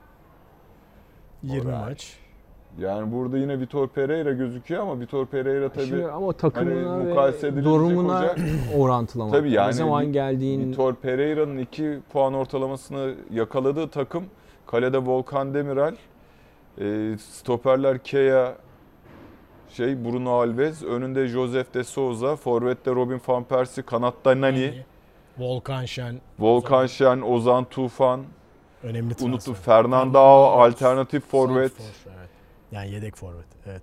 yirmi Moraes. maç. yani burada yine Vitor Pereira gözüküyor ama Vitor Pereira tabii Şimdi ama takımına hani ve mukayese edilecek durumuna olacak. orantılamak. Tabii yani ne zaman Vi- geldiğin Vitor Pereira'nın iki puan ortalamasını yakaladığı takım kalede Volkan Demirel, e, stoperler Kea, şey Bruno Alves, önünde Josef de Souza, forvette Robin van Persie, kanatta Nani. Volkan Şen. Volkan Şen, Ozan Tufan. Önemli transfer. Unuttum. Fernandao, alternatif forvet. Evet. Yani yedek forvet. Evet.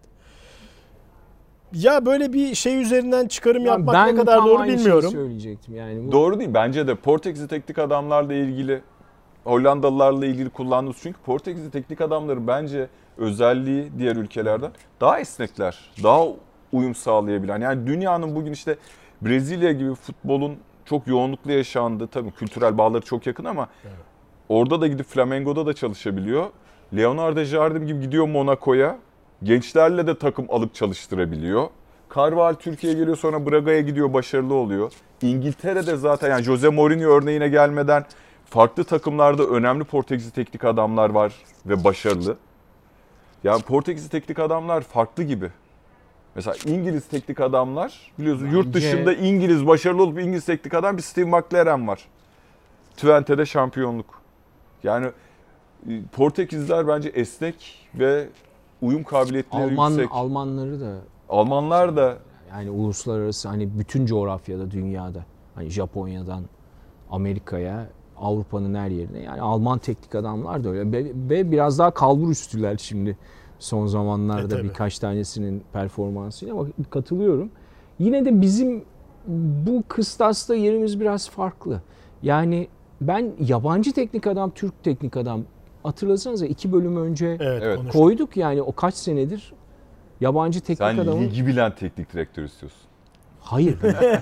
Ya böyle bir şey üzerinden çıkarım Ya yapmak ben ne kadar tam doğru aynı bilmiyorum. şeyi söyleyecektim yani. Bu... Doğru değil. Bence de Portekizli teknik adamlarla ilgili, Hollandalılarla ilgili kullandığımız. Çünkü Portekizli teknik adamların bence özelliği diğer ülkelerden daha esnekler. Daha uyum sağlayabilen. Yani dünyanın bugün işte Brezilya gibi futbolun çok yoğunluklu yaşandığı, tabii kültürel bağları çok yakın ama evet. Orada da gidip Flamengo'da da çalışabiliyor. Leonardo Jardim gibi gidiyor Monaco'ya. Gençlerle de takım alıp çalıştırabiliyor. Carvalho Türkiye'ye geliyor, sonra Braga'ya gidiyor, başarılı oluyor. İngiltere'de zaten yani Jose Mourinho örneğine gelmeden farklı takımlarda önemli Portekizli teknik adamlar var ve başarılı. Yani Portekizli teknik adamlar farklı gibi. Mesela İngiliz teknik adamlar biliyorsun bence... yurt dışında İngiliz başarılı olup İngiliz teknik adam bir Steve McLaren var. Twente'de şampiyonluk. Yani Portekizliler bence esnek ve uyum kabiliyetleri Alman, yüksek. Almanları da Almanlar da yani uluslararası hani bütün coğrafyada, dünyada, hani Japonya'dan Amerika'ya, Avrupa'nın her yerine, yani Alman teknik adamlar da öyle ve, ve biraz daha kalbur üstüler şimdi son zamanlarda e, birkaç tanesinin performansıyla, ama katılıyorum. Yine de bizim bu kıstasta yerimiz biraz farklı. Yani ben yabancı teknik adam, Türk teknik adam, hatırlasanıza iki bölüm önce evet, koyduk yani, o kaç senedir yabancı teknik Sen adamın... Sen ligi bilen teknik direktör istiyorsun. Hayır.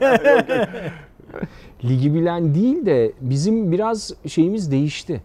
Ligi bilen değil de bizim biraz şeyimiz değişti.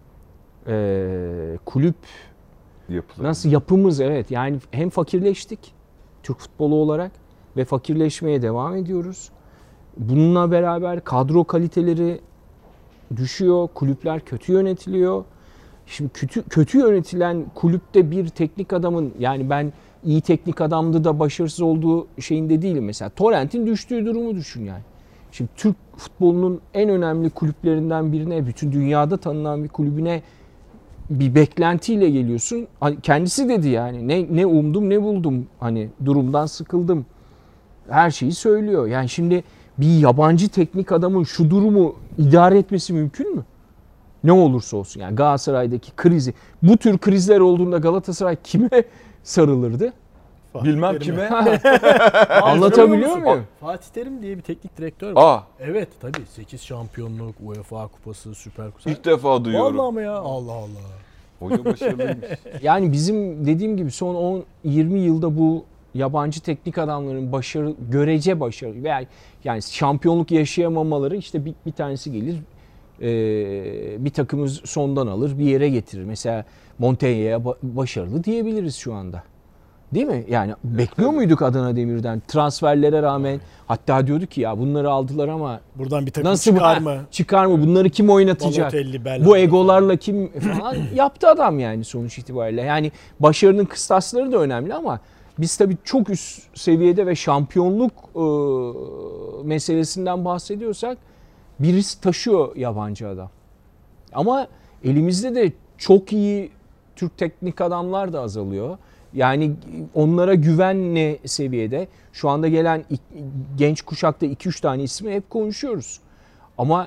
Ee, kulüp Yapıları. Nasıl yapımız, evet, yani hem fakirleştik Türk futbolu olarak ve fakirleşmeye devam ediyoruz. Bununla beraber kadro kaliteleri düşüyor, kulüpler kötü yönetiliyor. Şimdi kötü kötü yönetilen kulüpte bir teknik adamın, yani ben iyi teknik adamdı da başarısız olduğu şeyinde değilim. Mesela Torrent'in düştüğü durumu düşün yani. Şimdi Türk futbolunun en önemli kulüplerinden birine, bütün dünyada tanınan bir kulübüne bir beklentiyle geliyorsun. Hani kendisi dedi yani, ne ne umdum ne buldum, hani durumdan sıkıldım. Her şeyi söylüyor. Yani şimdi bir yabancı teknik adamın şu durumu idare etmesi mümkün mü? Ne olursa olsun yani Galatasaray'daki krizi. Bu tür krizler olduğunda Galatasaray kime sarılırdı? Fatih Bilmem Terim'e. kime. Anlatabiliyor muyum? Fatih Terim diye bir teknik direktör var. Aa. Evet tabii, sekiz şampiyonluk, UEFA kupası, Süper Kupa. İlk defa duyuyorum. Vallahi mı ya? Allah Allah. Hoca başarılıymış. Yani bizim dediğim gibi son on yirmi yılda bu yabancı teknik adamların başarı, görece başarı veya yani şampiyonluk yaşayamamaları, işte bir, bir tanesi gelir e, bir takımız sondan alır, bir yere getirir. Mesela Montella'ya başarılı diyebiliriz şu anda. Değil mi? Yani bekliyor muyduk Adana Demir'den transferlere rağmen? Hatta diyorduk ki ya bunları aldılar ama buradan bir takım nasıl çıkar mı? Çıkar mı? Bunları kim oynatacak? Bu egolarla kim falan yaptı adam yani sonuç itibariyle. Yani başarının kıstasları da önemli ama biz tabii çok üst seviyede ve şampiyonluk e, meselesinden bahsediyorsak bir risk taşıyor yabancı adam. Ama elimizde de çok iyi Türk teknik adamlar da azalıyor. Yani onlara güven ne seviyede? Şu anda gelen genç kuşakta iki üç tane ismi hep konuşuyoruz. Ama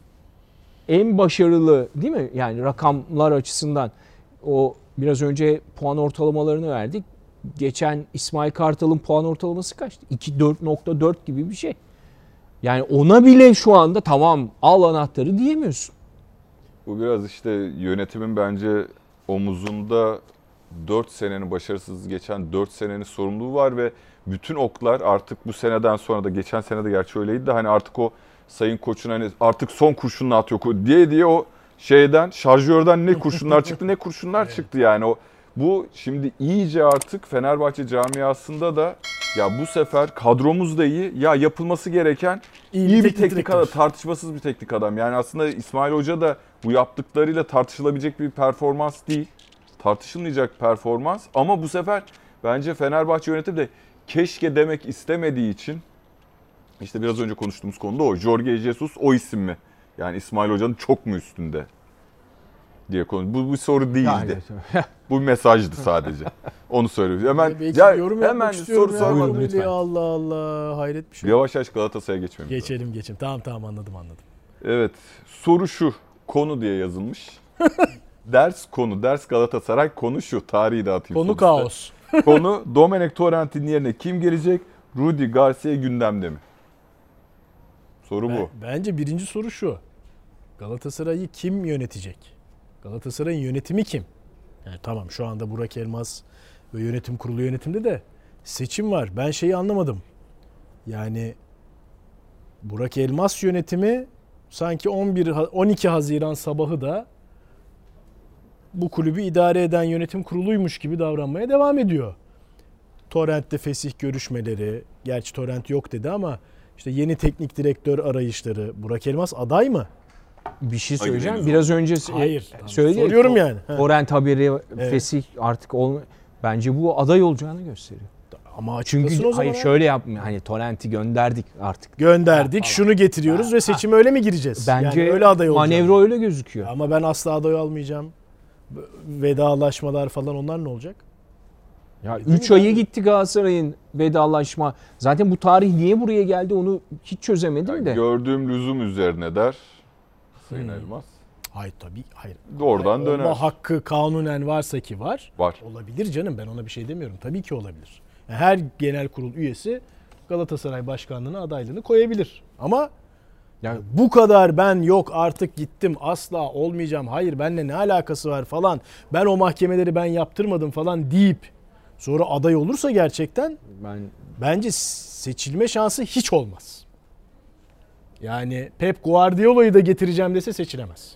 en başarılı, değil mi? Yani rakamlar açısından o biraz önce puan ortalamalarını verdik. Geçen İsmail Kartal'ın puan ortalaması kaçtı? iki dört nokta dört gibi bir şey. Yani ona bile şu anda tamam al anahtarı diyemiyorsun. Bu biraz işte yönetimin bence omuzunda dört senenin başarısız geçen dört senenin sorumluluğu var ve bütün oklar artık bu seneden sonra da, geçen sene de gerçi öyleydi de, hani artık o Sayın Koç'un hani artık son kurşununu atıyor diye diye o şeyden, şarjörden ne kurşunlar çıktı ne kurşunlar çıktı yani. O bu şimdi iyice artık Fenerbahçe camiasında da ya bu sefer kadromuz da iyi, ya yapılması gereken iyi, iyi bir teknik, teknik adam, tartışmasız bir teknik adam. Yani aslında İsmail Hoca da bu yaptıklarıyla tartışılabilecek bir performans değil. Tartışılmayacak performans ama bu sefer bence Fenerbahçe yönetimi de keşke demek istemediği için, işte biraz önce konuştuğumuz konuda o. Jorge Jesus o isim mi? Yani İsmail Hoca'nın çok mu üstünde? diye konu. Bu bir soru değildi. Yani, Bu mesajdı sadece. Onu söylüyorum. Hemen Belki ya, yorum hemen yapmak istiyorum soru ya. sormadım. Buyurun, lütfen. Allah Allah, hayret bir şey. Yavaş yavaş Galatasaray'a geçmemiz lazım. Geçelim geçelim. Tamam tamam anladım anladım. Evet. Soru şu. Konu diye yazılmış. Ders konu. Ders Galatasaray. Konu şu. Tarihi de atayım. Konu sonuçta. kaos. Konu Domenech Torrent'in yerine kim gelecek? Rudi Garcia gündemde mi? Soru Ben- bu. Bence birinci soru şu. Galatasaray'ı kim yönetecek? Galatasaray'ın yönetimi kim? Yani tamam şu anda Burak Elmas ve yönetim kurulu yönetimde de seçim var. Ben şeyi anlamadım. Yani Burak Elmas yönetimi sanki on bir on iki Haziran sabahı da bu kulübü idare eden yönetim kuruluymuş gibi davranmaya devam ediyor. Torrent'te fesih görüşmeleri, gerçi Torrent yok dedi ama işte yeni teknik direktör arayışları. Burak Elmas aday mı? bir şey Hayır, söyleyeceğim. henüz Biraz önce Hayır. e, söyledi. Soruyorum yani. Ha. Torrent haberi Evet. fesih artık olma. Bence bu aday olacağını gösteriyor. Ama Çünkü açıklasın o zaman. hayır ya. şöyle yapmıyor. Hani Torrent'i gönderdik artık. Gönderdik, Ha, şunu getiriyoruz ve seçime öyle mi gireceğiz? Bence yani öyle aday olacak. manevra öyle gözüküyor. Ama ben asla aday almayacağım. Vedalaşmalar falan onlar ne olacak? Ya Değil üç mi ayı abi? gitti Galatasaray'ın vedalaşma. Zaten bu tarih niye buraya geldi onu hiç çözemedim Yani de. gördüğüm lüzum üzerine der Sayın Hmm. Elmas. Hayır tabii, hayır. Doğrudan Hayır, döner. olma hakkı kanunen varsa ki var. Var. Olabilir canım, ben ona bir şey demiyorum. Tabii ki olabilir. Yani her genel kurul üyesi Galatasaray başkanlığına adaylığını koyabilir. Ama Ya bu kadar ben yok artık gittim asla olmayacağım. Hayır benimle ne alakası var falan. Ben o mahkemeleri ben yaptırmadım falan deyip sonra aday olursa gerçekten ben bence seçilme şansı hiç olmaz. Yani Pep Guardiola'yı da getireceğim dese seçilemez.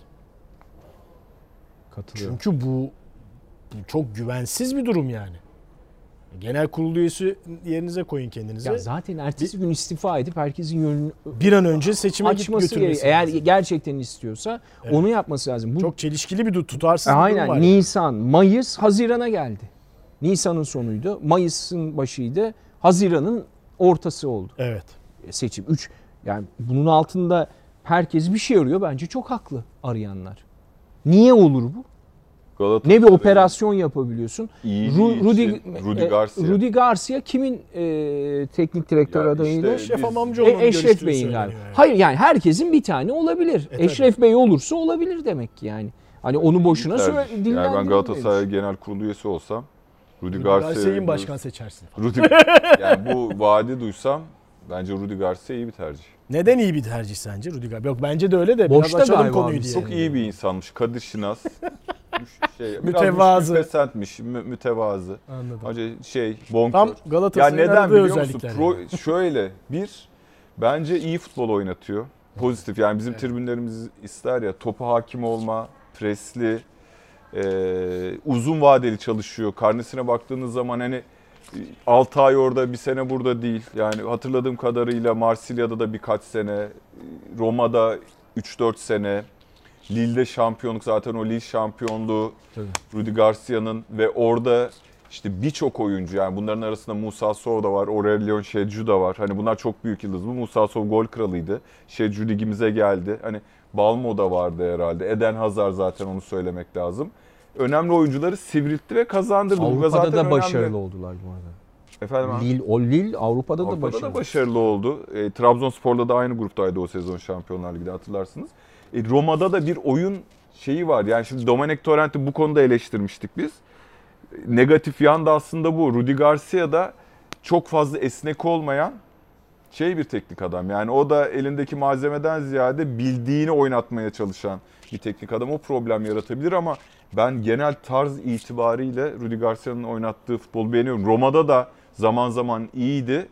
katılıyorum. Çünkü bu, bu çok güvensiz bir durum yani. Genel kurul üyesi yerinize koyun kendinizi. Ya zaten ertesi gün istifa edip herkesin yönünü Bir an önce seçime git açması gerekiyor. götürmesi Eğer lazım. gerçekten istiyorsa Evet. onu yapması lazım. Bu Çok çelişkili bir du- tutarsız E, bir durum aynen var. yani. Nisan, Mayıs, Haziran'a geldi. Nisan'ın sonuydu. Mayıs'ın başıydı. Haziran'ın ortası oldu Evet. E, seçim. üç yani bunun altında herkes bir şey arıyor. Bence çok haklı arayanlar. Niye olur bu? Ne bir operasyon yapabiliyorsun. İyiliği Ru- Rudi, için Rudi e, Garcia. Rudi Garcia kimin e, teknik direktör Ya adayıydı? işte- Eşref Biz- Amamcıoğlu'nun E, Eşref görüştüğü Bey'in söyleniyor galiba. yani. Hayır yani herkesin bir tane olabilir. E, tabii. Eşref Bey olursa olabilir demek ki yani. Hani onu boşuna Tercih. söyle Yani ben dinlendirmeyiz. Galatasaray Genel Kurulu üyesi olsam Rudi Rudi Garcia'yı Garcia'yı başkan seçersin. Rudi, yani bu vaadi duysam bence Rudi Garcia iyi bir tercih. Neden iyi bir tercih sence Rudi Garcia? Yok bence de öyle de Boşta biraz açalım galiba konuyu abi. diye. Çok iyi bir insanmış. Kadir Şinas. şey, biraz Mütevazı. müpesentmiş, mü, mütevazı. Anladım. Acı şey, bonkör. Tam Ya Galatasaray'ın neden aradığı biliyor musun? özellikler. Pro, yani. şöyle bir, bence iyi futbol oynatıyor. Pozitif yani bizim Evet. tribünlerimiz ister ya topa hakim olma, presli, e, uzun vadeli çalışıyor. Karnesine baktığınız zaman hani altı ay orada bir sene burada değil. Yani hatırladığım kadarıyla Marsilya'da da birkaç sene, Roma'da üç dört sene, Lille'de şampiyonluk zaten o Lille şampiyonluğu Tabii. Rudi Garcia'nın ve orada işte birçok oyuncu yani bunların arasında Musa Sow da var, Aurelien Şedju da var. Hani bunlar çok büyük yıldız. Bu Musa Sow gol kralıydı. Şedju ligimize geldi. Hani Balmo da vardı herhalde. Eden Hazard zaten onu söylemek lazım. Önemli oyuncuları sivriltti ve kazandırdı. Bu Avrupa'da zaten da önemli. başarılı oldular bu arada. Efendim abi? Lille, o Lille Avrupa'da da Avrupa'da başarılı. da başarılı oldu. E, Trabzonspor'da da aynı gruptaydı o sezon Şampiyonlar Ligi'de hatırlarsınız. E, Roma'da da bir oyun şeyi var. Yani şimdi Domenech Torrent'i bu konuda eleştirmiştik biz. E, negatif yan da aslında bu. Rudi Garcia da çok fazla esnek olmayan şey bir teknik adam. Yani o da elindeki malzemeden ziyade bildiğini oynatmaya çalışan bir teknik adam. O problem yaratabilir ama ben genel tarz itibariyle Rudi Garcia'nın oynattığı futbolu beğeniyorum. Roma'da da zaman zaman iyiydi.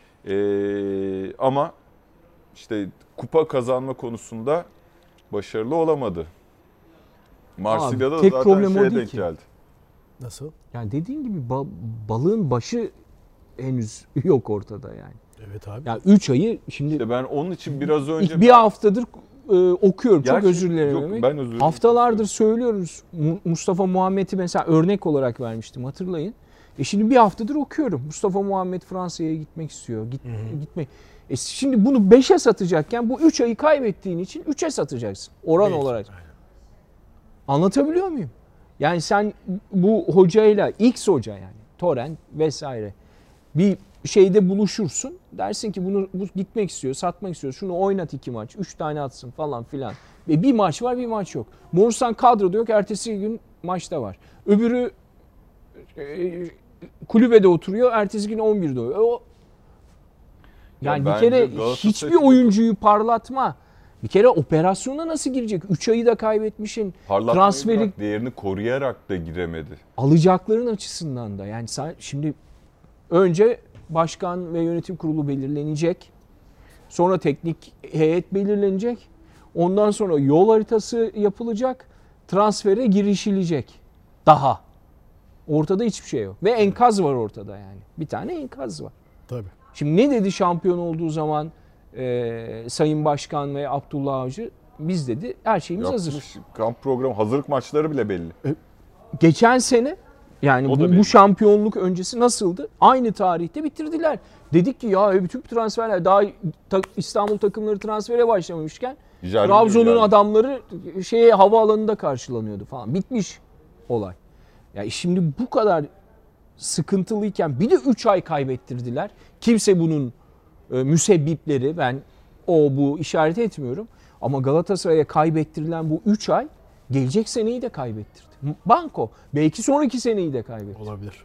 Ee, ama işte kupa kazanma konusunda başarılı olamadı. Marsilya'da da tek zaten problem o şeye değil denk ki. geldi. Nasıl? Yani dediğin gibi ba- balığın başı henüz yok ortada yani. Evet abi. Yani üç ayı şimdi İşte ben onun için biraz önce... ilk bir haftadır e, okuyorum. Çok Gerçi- özür dilerim. Yok, Mehmet. ben özür dilerim. Haftalardır söylüyoruz. Mu- Mustafa Muhammed'i mesela örnek olarak vermiştim hatırlayın. E şimdi bir haftadır okuyorum. Mustafa Muhammed Fransa'ya gitmek istiyor. Git, gitmek. E şimdi bunu beşe satacakken bu üç ayı kaybettiğin için üçe satacaksın. Oran Belki. olarak. Aynen. Anlatabiliyor muyum? Yani sen bu hocayla, X hoca yani, Torrent vesaire bir şeyde buluşursun. Dersin ki bunu bu gitmek istiyor, satmak istiyor. Şunu oynat iki maç, üç tane atsın falan filan. Ve bir maç var, bir maç yok. Morsan kadroda yok, ertesi gün maçta var. Öbürü e, kulübede oturuyor, ertesi gün on birde oluyor. O, yani ya bir kere Galatasaray hiçbir oyuncuyu parlatma. Bir kere operasyona nasıl girecek? üç ayı da kaybetmişin. Transferi değerini koruyarak da giremedi. Alacakların açısından da. Yani sen, şimdi önce başkan ve yönetim kurulu belirlenecek. Sonra teknik heyet belirlenecek. Ondan sonra yol haritası yapılacak. Transfere girişilecek. Daha. Ortada hiçbir şey yok. Ve enkaz var ortada yani. Bir tane enkaz var. Tabii. Şimdi ne dedi şampiyon olduğu zaman e, Sayın Başkan ve Abdullah Avcı? Biz dedi her şeyimiz Yapmış, hazır. kamp programı, hazırlık maçları bile belli. Geçen sene yani O da bu, belli. bu şampiyonluk öncesi nasıldı? Aynı tarihte bitirdiler. Dedik ki ya bütün transferler daha ta, İstanbul takımları transfere başlamamışken Rica Trabzon'un ederim. adamları şeye havaalanında karşılanıyordu falan. Bitmiş olay. Ya şimdi bu kadar sıkıntılıyken bir de üç ay kaybettirdiler. Kimse bunun e, müsebbipleri, ben o bu işaret etmiyorum. Ama Galatasaray'a kaybettirilen bu üç ay gelecek seneyi de kaybettirdi. Banko. Belki sonraki seneyi de kaybettirdi. Olabilir.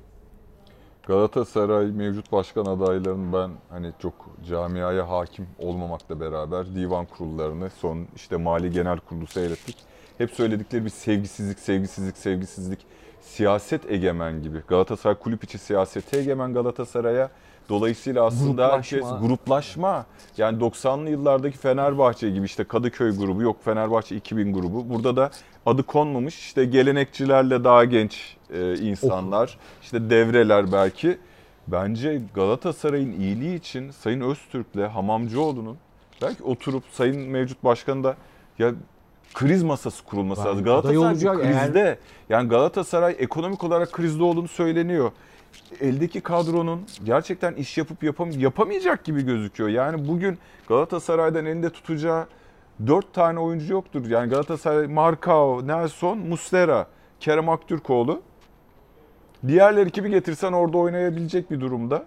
Galatasaray mevcut başkan adaylarının ben hani çok camiaya hakim olmamakla beraber divan kurullarını, son işte Mali Genel Kurulu seyrettik. Hep söyledikleri bir sevgisizlik, sevgisizlik, sevgisizlik. Siyaset egemen gibi. Galatasaray kulüp içi siyasete egemen Galatasaray'a. Dolayısıyla aslında Gruplaşma. herkes gruplaşma. Yani doksanlı yıllardaki Fenerbahçe gibi, işte Kadıköy grubu, yok Fenerbahçe iki bin grubu. Burada da adı konmamış işte gelenekçilerle daha genç e, insanlar, işte devreler belki. Bence Galatasaray'ın iyiliği için Sayın Öztürk'le Hamamcıoğlu'nun belki oturup Sayın mevcut başkanı da ya kriz masası kurulması Yani lazım. Galatasaray olacak bir krizde. Yani Galatasaray ekonomik olarak krizde olduğunu söyleniyor. Eldeki kadronun gerçekten iş yapıp yapam yapamayacak gibi gözüküyor. Yani bugün Galatasaray'dan elinde tutacağı dört tane oyuncu yoktur. Yani Galatasaray, Marcao, Nelson, Muslera, Kerem Aktürkoğlu. Diğerleri kimi getirsen orada oynayabilecek bir durumda.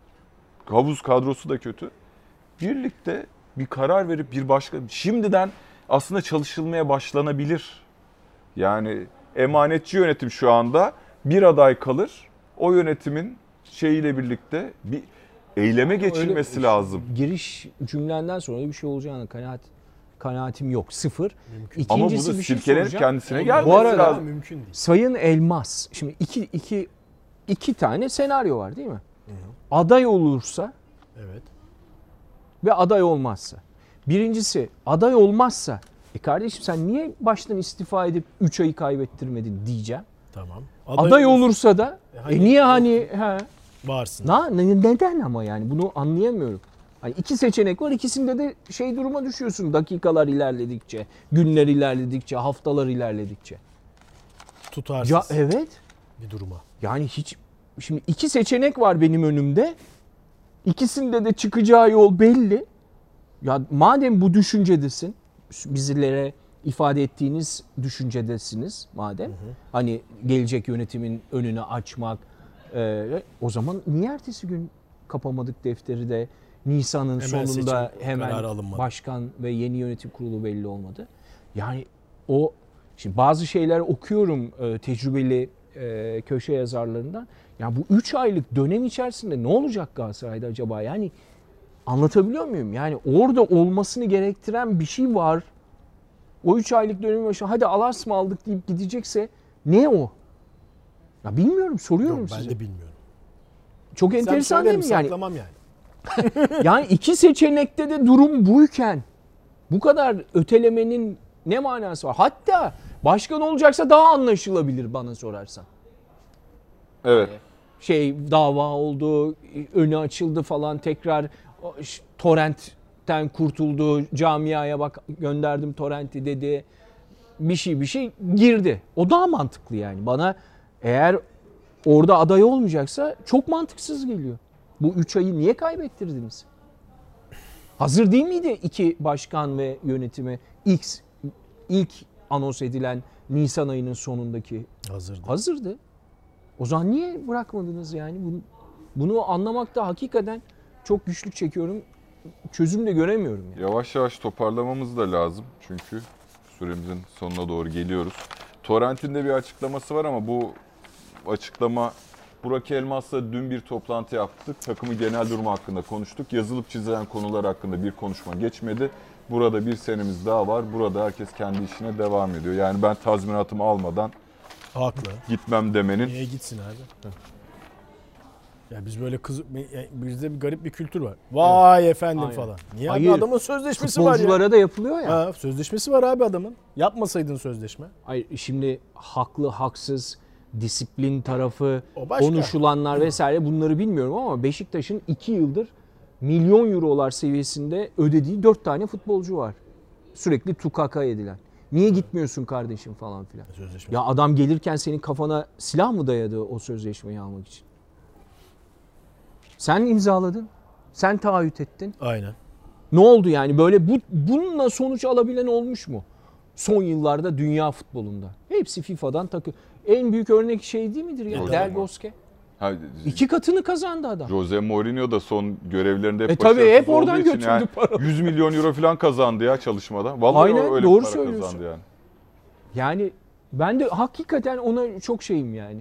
Havuz kadrosu da kötü. Birlikte bir karar verip bir başka şimdiden aslında çalışılmaya başlanabilir. Yani emanetçi yönetim şu anda bir aday kalır. O yönetimin şeyiyle birlikte bir eyleme geçilmesi Öyle, lazım. Giriş cümlenden sonra bir şey olacağına kanaat kanaatim yok. Sıfır. Mümkün. İkincisi Ama bu da bir şey silkelenip soracağım. kendisine Bu gelmesi arada- lazım. Mümkün değil. Sayın Elmas. Şimdi iki, iki, iki tane senaryo var değil mi? Aday olursa Evet. ve aday olmazsa. Birincisi aday olmazsa e kardeşim sen niye baştan istifa edip üç ayı kaybettirmedin diyeceğim. Tamam. Aday, olursa da E e, hani- niye hani he, Varsın. na, ne- neden ama yani bunu anlayamıyorum. Hani iki seçenek var, ikisinde de şey duruma düşüyorsun dakikalar ilerledikçe, günler ilerledikçe, haftalar ilerledikçe. Tutarsız Ya evet. bir duruma. Yani hiç şimdi iki seçenek var benim önümde. İkisinde de çıkacağı yol belli. Ya madem bu düşüncedesin, bizlere ifade ettiğiniz düşüncedesiniz madem. Hı hı. Hani gelecek yönetimin önünü açmak. E, o zaman niye ertesi gün kapamadık defteri de Nisan'ın Hemen sonunda seçim hemen kararı alınmadı. başkan ve yeni yönetim kurulu belli olmadı. Yani o şimdi bazı şeyler okuyorum e, tecrübeli e, köşe yazarlarından. Ya bu üç aylık dönem içerisinde ne olacak Galatasaray'da acaba? Yani anlatabiliyor muyum? Yani orada olmasını gerektiren bir şey var. O üç aylık dönemin başında hadi Alars'ı mı aldık deyip gidecekse ne o? Ya bilmiyorum, soruyorum Yok, ben size. de bilmiyorum. Çok Sen enteresan değil mi? söylerim, Yani, saklamam yani. yani iki seçenekte de durum buyken bu kadar ötelemenin ne manası var? Hatta başkan olacaksa daha anlaşılabilir bana sorarsan. Evet. Şey dava oldu, önü açıldı falan, tekrar torrentten kurtuldu, camiaya bak gönderdim torrenti dedi. Bir şey bir şey girdi. O daha mantıklı yani. Bana eğer orada aday olmayacaksa çok mantıksız geliyor. Bu üç ayı niye kaybettirdiniz? Hazır değil miydi iki başkan ve yönetimi ilk ilk anons edilen Nisan ayının sonundaki? Hazırdı. Hazırdı. O zaman niye bırakmadınız yani? Bunu, bunu anlamakta hakikaten çok güçlük çekiyorum. Çözüm de göremiyorum yani. Yavaş yavaş toparlamamız da lazım. Çünkü süremizin sonuna doğru geliyoruz. Torrent'in de bir açıklaması var ama bu açıklama, Burak Elmas'la dün bir toplantı yaptık. Takımın genel durumu hakkında konuştuk. Yazılıp çizilen konular hakkında bir konuşma geçmedi. Burada bir senemiz daha var. Burada herkes kendi işine devam ediyor. Yani ben tazminatımı almadan Haklı. gitmem demenin. Niye gitsin abi? Ya biz böyle kız, bizde bir garip bir kültür var. Vay evet. efendim Aynen. falan. Niye Hayır, abi, adamın sözleşmesi var ya. Futbolculara da yapılıyor ya. Ha, sözleşmesi var abi adamın. Yapmasaydın sözleşme. Hayır, şimdi haklı, haksız, disiplin tarafı, O başka. konuşulanlar vesaire bunları bilmiyorum ama Beşiktaş'ın iki yıldır milyon eurolar seviyesinde ödediği dört tane futbolcu var. Sürekli tukaka edilen. Niye gitmiyorsun kardeşim falan filan. Sözleşme. Ya adam gelirken senin kafana silah mı dayadı o sözleşmeyi almak için? Sen imzaladın. Sen taahhüt ettin. Aynen. Ne oldu yani? Böyle bu bununla sonuç alabilen olmuş mu? Son yıllarda dünya futbolunda. Hepsi FIFA'dan takıyor. En büyük örnek şey değil midir ya? Jose Del Mourinho. Bosque. Ha, İki katını kazandı adam. Jose Mourinho da son görevlerinde hep E tabii, başarısız hep olduğu oradan için götürdü yani parayı. yüz milyon euro falan kazandı ya çalışmada. Vallahi Aynen, öyle doğru bir para söylüyorsun. kazandı yani. Yani ben de hakikaten ona çok şeyim yani.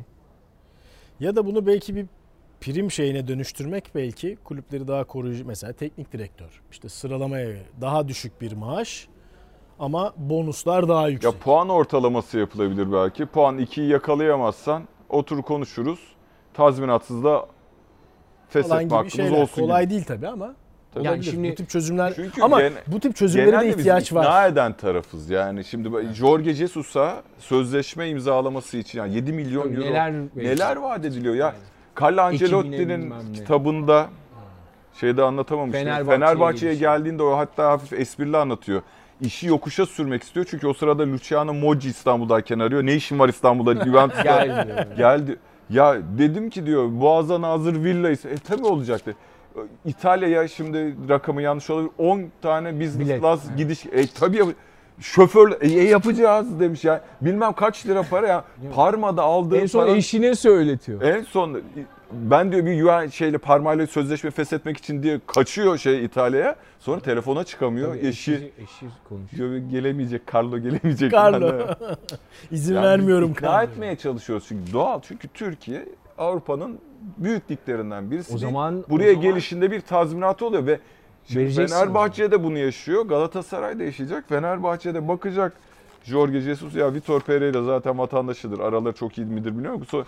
Ya da bunu belki bir prim şeyine dönüştürmek, belki kulüpleri daha koruyucu, mesela teknik direktör. İşte sıralamaya göre daha düşük bir maaş ama bonuslar daha yüksek. Ya puan ortalaması yapılabilir belki. Puan ikiyi yakalayamazsan otur konuşuruz. Tazminatsız da falan feshetme gibi hakkımız şeyler. olsun Kolay gibi. değil tabii ama Tabii. Yani olabilir. şimdi- bu tip çözümler Çünkü ama gene- bu tip çözümlere de Genelde ihtiyaç biz ikna var. eden tarafız. Yani şimdi evet. Jorge Jesus'a sözleşme imzalaması için yani yedi milyon Tabii euro neler- neler vaat ediliyor ya. Carlo Ekibine Ancelotti'nin bilmem ne. kitabında şeyde anlatamamıştım. Fenerbahçe'ye Fenerbahçe'ye geliş. geldiğinde o hatta hafif esprili anlatıyor. İşi yokuşa sürmek istiyor çünkü o sırada Luciano Moggi İstanbul'dayken arıyor. Ne işin var İstanbul'da? Juventus'ta Gel diyor. geldi. Ya dedim ki diyor Boğaz'dan hazır villa ise e tabii olacaktı. İtalya'ya şimdi rakamı yanlış olabilir. on tane business Bilet. class gidiş. E tabii yap- şoför e, e, yapacağız demiş ya. Bilmem kaç lira para ya. Parma'da aldığım En son para. eşine söyletiyor. En son ben diyor bir yuva şeyle parmağıyla sözleşme feshetmek için diye kaçıyor şey İtalya'ya. Sonra telefona çıkamıyor. Tabii Eşi eşi konuşuyor. diyor gelemeyecek, Carlo gelemeyecek. Carlo. Ben de- İzin Yani vermiyorum ikna Carlo. etmeye çalışıyoruz çünkü doğal. Çünkü Türkiye Avrupa'nın büyük liglerinden birisi. O zaman Buraya o zaman gelişinde bir tazminatı oluyor ve şimdi vereceksin Fenerbahçe de bunu yaşıyor. Galatasaray da yaşayacak. Fenerbahçe'de bakacak. Jorge Jesus ya Vitor Pereira zaten vatandaşıdır. Araları çok iyi midir bilmiyorum. So-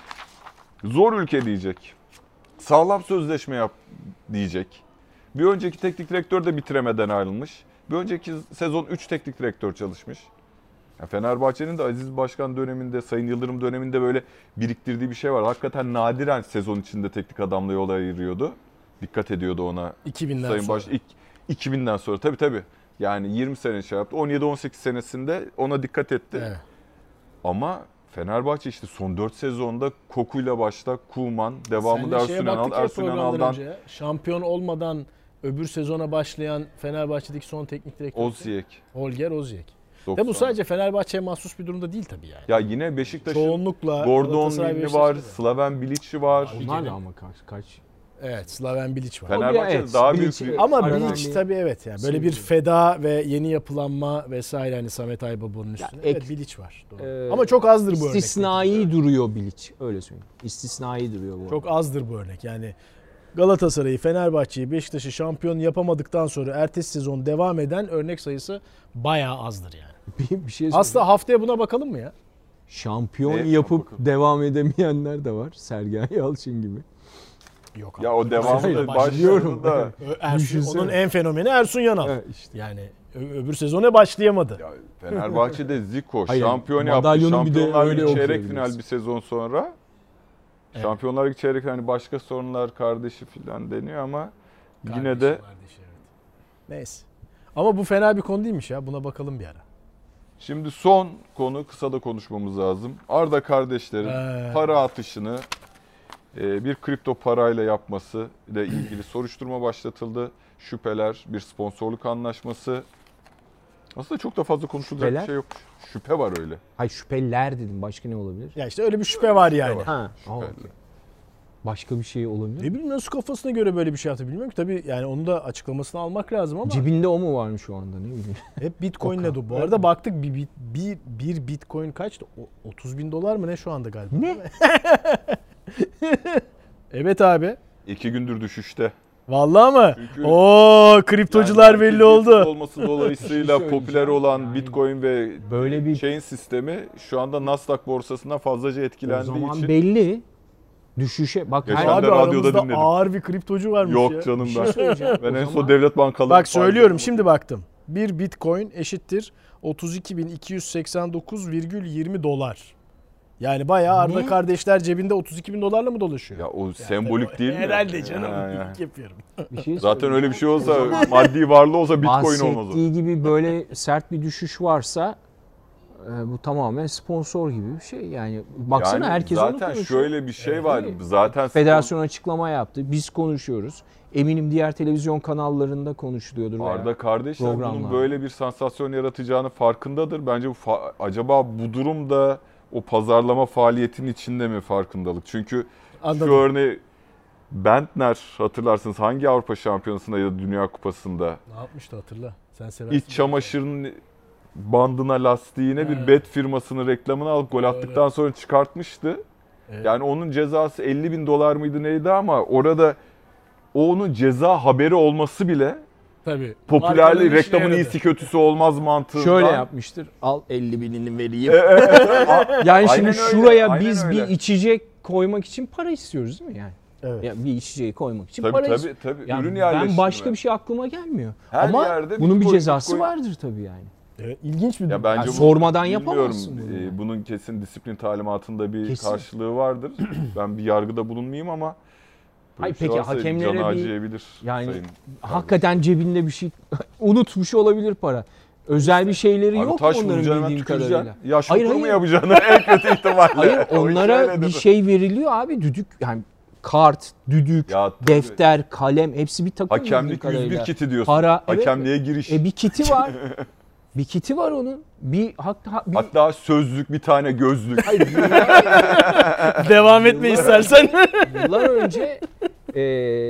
Zor ülke diyecek. Sağlam sözleşme yap diyecek. Bir önceki teknik direktör de bitiremeden ayrılmış. Bir önceki sezon üç teknik direktör çalışmış. Ya Fenerbahçe'nin de Aziz Başkan döneminde, Sayın Yıldırım döneminde böyle biriktirdiği bir şey var. Hakikaten nadiren sezon içinde teknik adamla yol ayırıyordu. Dikkat ediyordu ona. iki binden Sayın sonra. Baş ilk iki binden sonra tabii tabii. Yani yirmi sene şey yaptı. on yedi on sekiz senesinde ona dikkat etti. Evet. Ama Fenerbahçe işte son dört sezonda Koku'yla başla, Kuman, devamında Seninle şeye Ersun baktık Yanal, ya Ersun programdan Yanal'dan önce ya. Şampiyon olmadan öbür sezona başlayan Fenerbahçe'deki son teknik direktör. Oziyek. Holger Oziyek. Ve doksan. bu sadece Fenerbahçe'ye mahsus bir durumda değil tabii yani. Ya yine Beşiktaş'ın Çoğunlukla Gordon Galatasaray, Milli Beşiktaş'ta var, da. Slaven Bilic'i var. Onlar da ama kaç kaç. Evet, Slaven Bilic var. Fenerbahçe evet, daha Bilic- büyük bir... Ama Aradan Bilic bir- tabii evet yani böyle bir feda ve yeni yapılanma vesaire hani Samet Aybaba'nın üstüne. ek- evet Bilic var. Doğru. Ee, Ama çok azdır bu örnek. İstisnai duruyor Bilic. Öyle söyleyeyim. İstisnai duruyor bu. Çok azdır bu örnek. Yani Galatasaray'ı, Fenerbahçe'yi, Beşiktaş'ı şampiyon yapamadıktan sonra ertesi sezon devam eden örnek sayısı bayağı azdır yani. bir, bir şey söyleyeyim. Aslında haftaya buna bakalım mı ya? Şampiyon Ne? yapıp Bakalım. devam edemeyenler de var. Sergen Yalçın gibi. Yok. Ya o devamlı başlıyorum. başlarında... Ersun, Düşünsene. onun en fenomeni Ersun Yanal. Evet, işte. Yani ö- öbür sezona başlayamadı. Ya Fenerbahçe'de Zico Hayır, şampiyon yaptı. madalyonu bir de Şampiyonlar öyle Ligi çeyrek okuyabiliriz. final bir sezon sonra. Evet. Şampiyonlar Ligi çeyrek final hani başka sorunlar kardeşi falan deniyor ama yine Kardeşi, de kardeşi, evet. Neyse. Ama bu fena bir konu değilmiş ya. Buna bakalım bir ara. şimdi son konu kısa da konuşmamız lazım. Arda kardeşlerin Ee. para atışını e, bir kripto parayla yapması ile ilgili soruşturma başlatıldı. Şüpheler, bir sponsorluk anlaşması Aslında çok da fazla konuşulacak Şüpheler? bir şey yok. Şüphe var öyle. Hayır şüpheliler dedim. Başka ne olabilir? Ya işte öyle bir şüphe var yani. var. Ha. Şüpheli. Aa, okey. Başka bir şey olabilir Ne mi? bileyim nasıl kafasına göre böyle bir şey yaptı bilmiyorum ki. Tabii yani onu da açıklamasını almak lazım ama Cebinde o mu varmış şu anda ne bileyim. hep Bitcoin'le Okan. de. Bu arada baktık bir, bir, bir, bir Bitcoin kaçtı? O- otuz bin dolar mı ne şu anda galiba? Ne? Evet abi. İki gündür düşüşte. Vallahi mı? Çünkü- Oo kriptocular Yani belli merkezi oldu. olması Bir dolayısıyla şey popüler söyleyeceğim. olan Yani Bitcoin ve böyle bir- chain sistemi şu anda Nasdaq borsasından fazlaca O etkilendiği zaman için belli. Düşüşe bak Geçen her de Abi radyoda aramızda dinledim. ağır bir kriptocu varmış yok ya. canım Bir şey ben. söyleyeceğim. Ben O en zaman- son devlet bankaları Bak söylüyorum faizi- şimdi baktım. Bir Bitcoin eşittir otuz iki bin iki yüz seksen dokuz virgül yirmi dolar. Yani bayağı Arda Ne? kardeşler cebinde otuz iki bin dolarla mı dolaşıyor? Ya o sembolik değil mi? Herhalde canım. Ha, ya. ilk yapıyorum. bir şey Zaten öyle bir şey olsa O zaman- maddi varlığı olsa Bitcoin olmaz o. bahsettiği gibi böyle sert bir düşüş varsa e, bu tamamen sponsor gibi bir şey. Yani baksana Yani herkes onu zaten konuşuyor. şöyle bir şey Evet, var. değil mi? Zaten Federasyon açıklama yaptı. Biz konuşuyoruz. Eminim diğer televizyon kanallarında konuşuluyordur. veya- Arda kardeşler bunun programlar. böyle bir sansasyon yaratacağını farkındadır. Bence bu fa- acaba bu durumda o pazarlama faaliyetinin içinde mi farkındalık? Çünkü Anladım. şu örneği Bentner hatırlarsınız hangi Avrupa Şampiyonası'nda ya da Dünya Kupası'nda Ne yapmıştı hatırla. Sen seversin. iç çamaşırın bandına lastiğine bir Evet. bet firmasının reklamını alıp gol Doğru. attıktan sonra çıkartmıştı. Evet. Yani onun cezası elli bin dolar mıydı neydi ama orada o onun ceza haberi olması bile Tabii. popülerliği, Markanın işine reklamın yaradı. iyisi kötüsü olmaz mantığından. Şöyle yapmıştır. Al elli binini vereyim. A- Yani Aynen şimdi öyle, şuraya aynen biz öyle. bir içecek koymak için para istiyoruz değil mi yani? Evet. Ya bir içeceği koymak için Tabii para tabii istiyoruz. tabii. Yani Ürün ben yerleştirme. başka bir şey aklıma gelmiyor. Her Ama yerde bunun bir Bitcoin, cezası Bitcoin. vardır tabii yani. Evet, ilginç bir Ya durum. bence Yani bu- sormadan bilmiyorum, yapamazsın bunu e, yani. bunun kesin disiplin talimatında bir Kesin. karşılığı vardır. Ben bir yargıda bulunmayayım ama böyle Hayır, bir şey peki varsa hakemlere canı bir- acıyabilir yani sayın. Hakikaten cebinde bir şey unutmuş olabilir para. Özel bir şeyleri Abi yok taş onların vuracaksın, hemen bildiğim tüküreceksin. kadarıyla. Yaş Hayır, okulu mu hayır. yapacaksın en kötü ihtimalle? Hayır O iş onlara öyle bir de- şey veriliyor abi düdük yani kart, düdük, Ya tabii. defter, kalem hepsi bir takım. Hakemlik bildiğim yüz bir kadarıyla. kiti diyorsun. Para, evet. Hakemliğe giriş. E bir kiti var. bir kiti var onun. Bir hatta bir Hatta sözlük, bir tane gözlük. Hayır, yıllar, Devam etme istersen. yıllar önce e,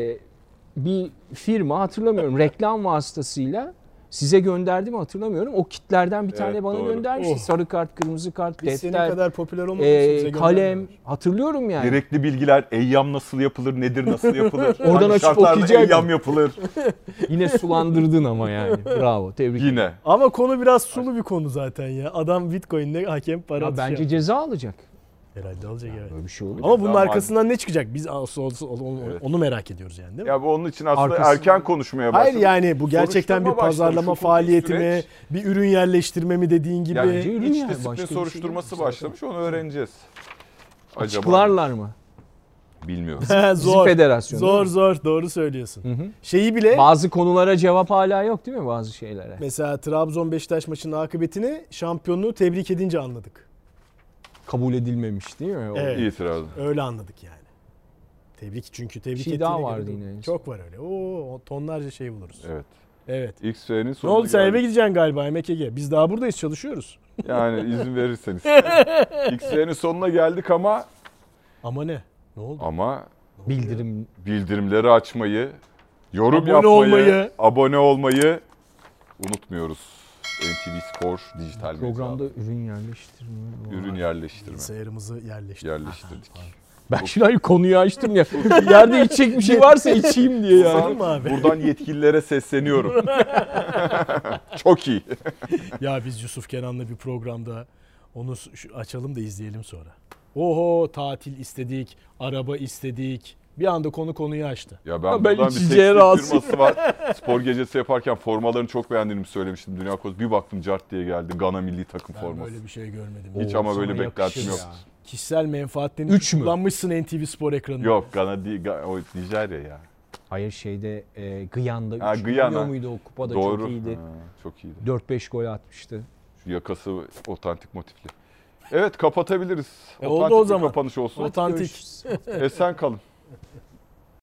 bir firma hatırlamıyorum reklam vasıtasıyla size gönderdi mi hatırlamıyorum. O kitlerden bir Evet, tane bana doğru. göndermişti. Oh. Sarı kart, kırmızı kart, Biz senin defter, kadar popüler olmadığımız için e, bize kalem göndermiyorlar. hatırlıyorum yani. Gerekli bilgiler, eyyam nasıl yapılır, nedir nasıl yapılır? Oradan hangi açıp şartlarda okuyacak eyyam mı? yapılır? Yine sulandırdın ama yani. Bravo. Tebrik ederim. Yine. Ama konu biraz sulu bir konu zaten ya. Adam Bitcoin'le hakem para Ya atışı bence yaptı. ceza alacak. Herhalde alacak evet. Böyle bir şey olur. Ama bunun Ceza arkasından ne çıkacak? Biz asıl- asıl- onu, Evet. onu merak ediyoruz yani değil mi? Ya bu onun için aslında Arkasından- erken konuşmaya başladık. Hayır yani bu gerçekten bir Soruşturma pazarlama başlamış, hukuki faaliyeti mi? süreç. Bir ürün yerleştirme mi dediğin gibi? Yani Bence ürün iç yani, disiplin başka bir şey soruşturması değil. başlamış, onu öğreneceğiz. Acaba Açıklarlar mı? bilmiyorum. Bizim zor. federasyon. Zor değil mi? zor doğru söylüyorsun. Hı hı. Şeyi bile Bazı konulara cevap hala yok değil mi bazı şeylere? mesela Trabzon Beşiktaş maçının akıbetini şampiyonluğu tebrik edince anladık. Kabul edilmemiş değil mi? O Evet. İtiraz. Öyle anladık yani. Tebrik çünkü tebrik Bir şey ettiğine daha göre vardı de- yine. Çok var öyle. Oo tonlarca şey buluruz. Evet. Evet. X-Ray'nin Ne sonuna oldu sen eve geldik. gideceksin galiba M K G. Biz daha buradayız çalışıyoruz. Yani izin verirseniz. X-Ray'nin sonuna geldik ama Ama ne? Ne oldu? ama Bildirim. bildirimleri açmayı, yorum Abone yapmayı, olmayı. abone olmayı unutmuyoruz. N T V Spor dijital Programda mecra. ürün yerleştirme. Ürün yerleştirme. Bilgisayarımızı yerleştirdik. Yerleştirdik. Ben şimdi konuyu açtım ya. Yerde içecek bir şey varsa içeyim diye Var yani. mı abi? Buradan yetkililere sesleniyorum. Çok iyi. Ya biz Yusuf Kenan'la bir programda onu s- şu- açalım da izleyelim sonra. Oho tatil istedik, araba istedik. Bir anda konu konuyu açtı. Ya ben, Ya ben buradan bir içeceğe tekstil razıyım. firması var. Spor gecesi yaparken formalarını çok beğendiğimi söylemiştim. Dünya Kupası bir baktım cart diye geldi. Gana milli takım Ben forması. böyle bir şey görmedim. Hiç Oo, ama sana böyle yakışır beklentim yok. ya. Kişisel menfaatlerini Üç mü? kullanmışsın N T V Spor ekranında. Yok Gana değil, Ga- o Nijerya ya. Hayır şeyde e, Gıyan'da Ha, üç Gıyana. milyon muydu o kupada Doğru. çok iyiydi. Ha, çok iyiydi. dört beş gol atmıştı. Şu yakası otantik motifli. Evet kapatabiliriz. E, oldu Otantik o bir zaman. kapanış olsun. Otantik. Görüşürüz. Esen kalın.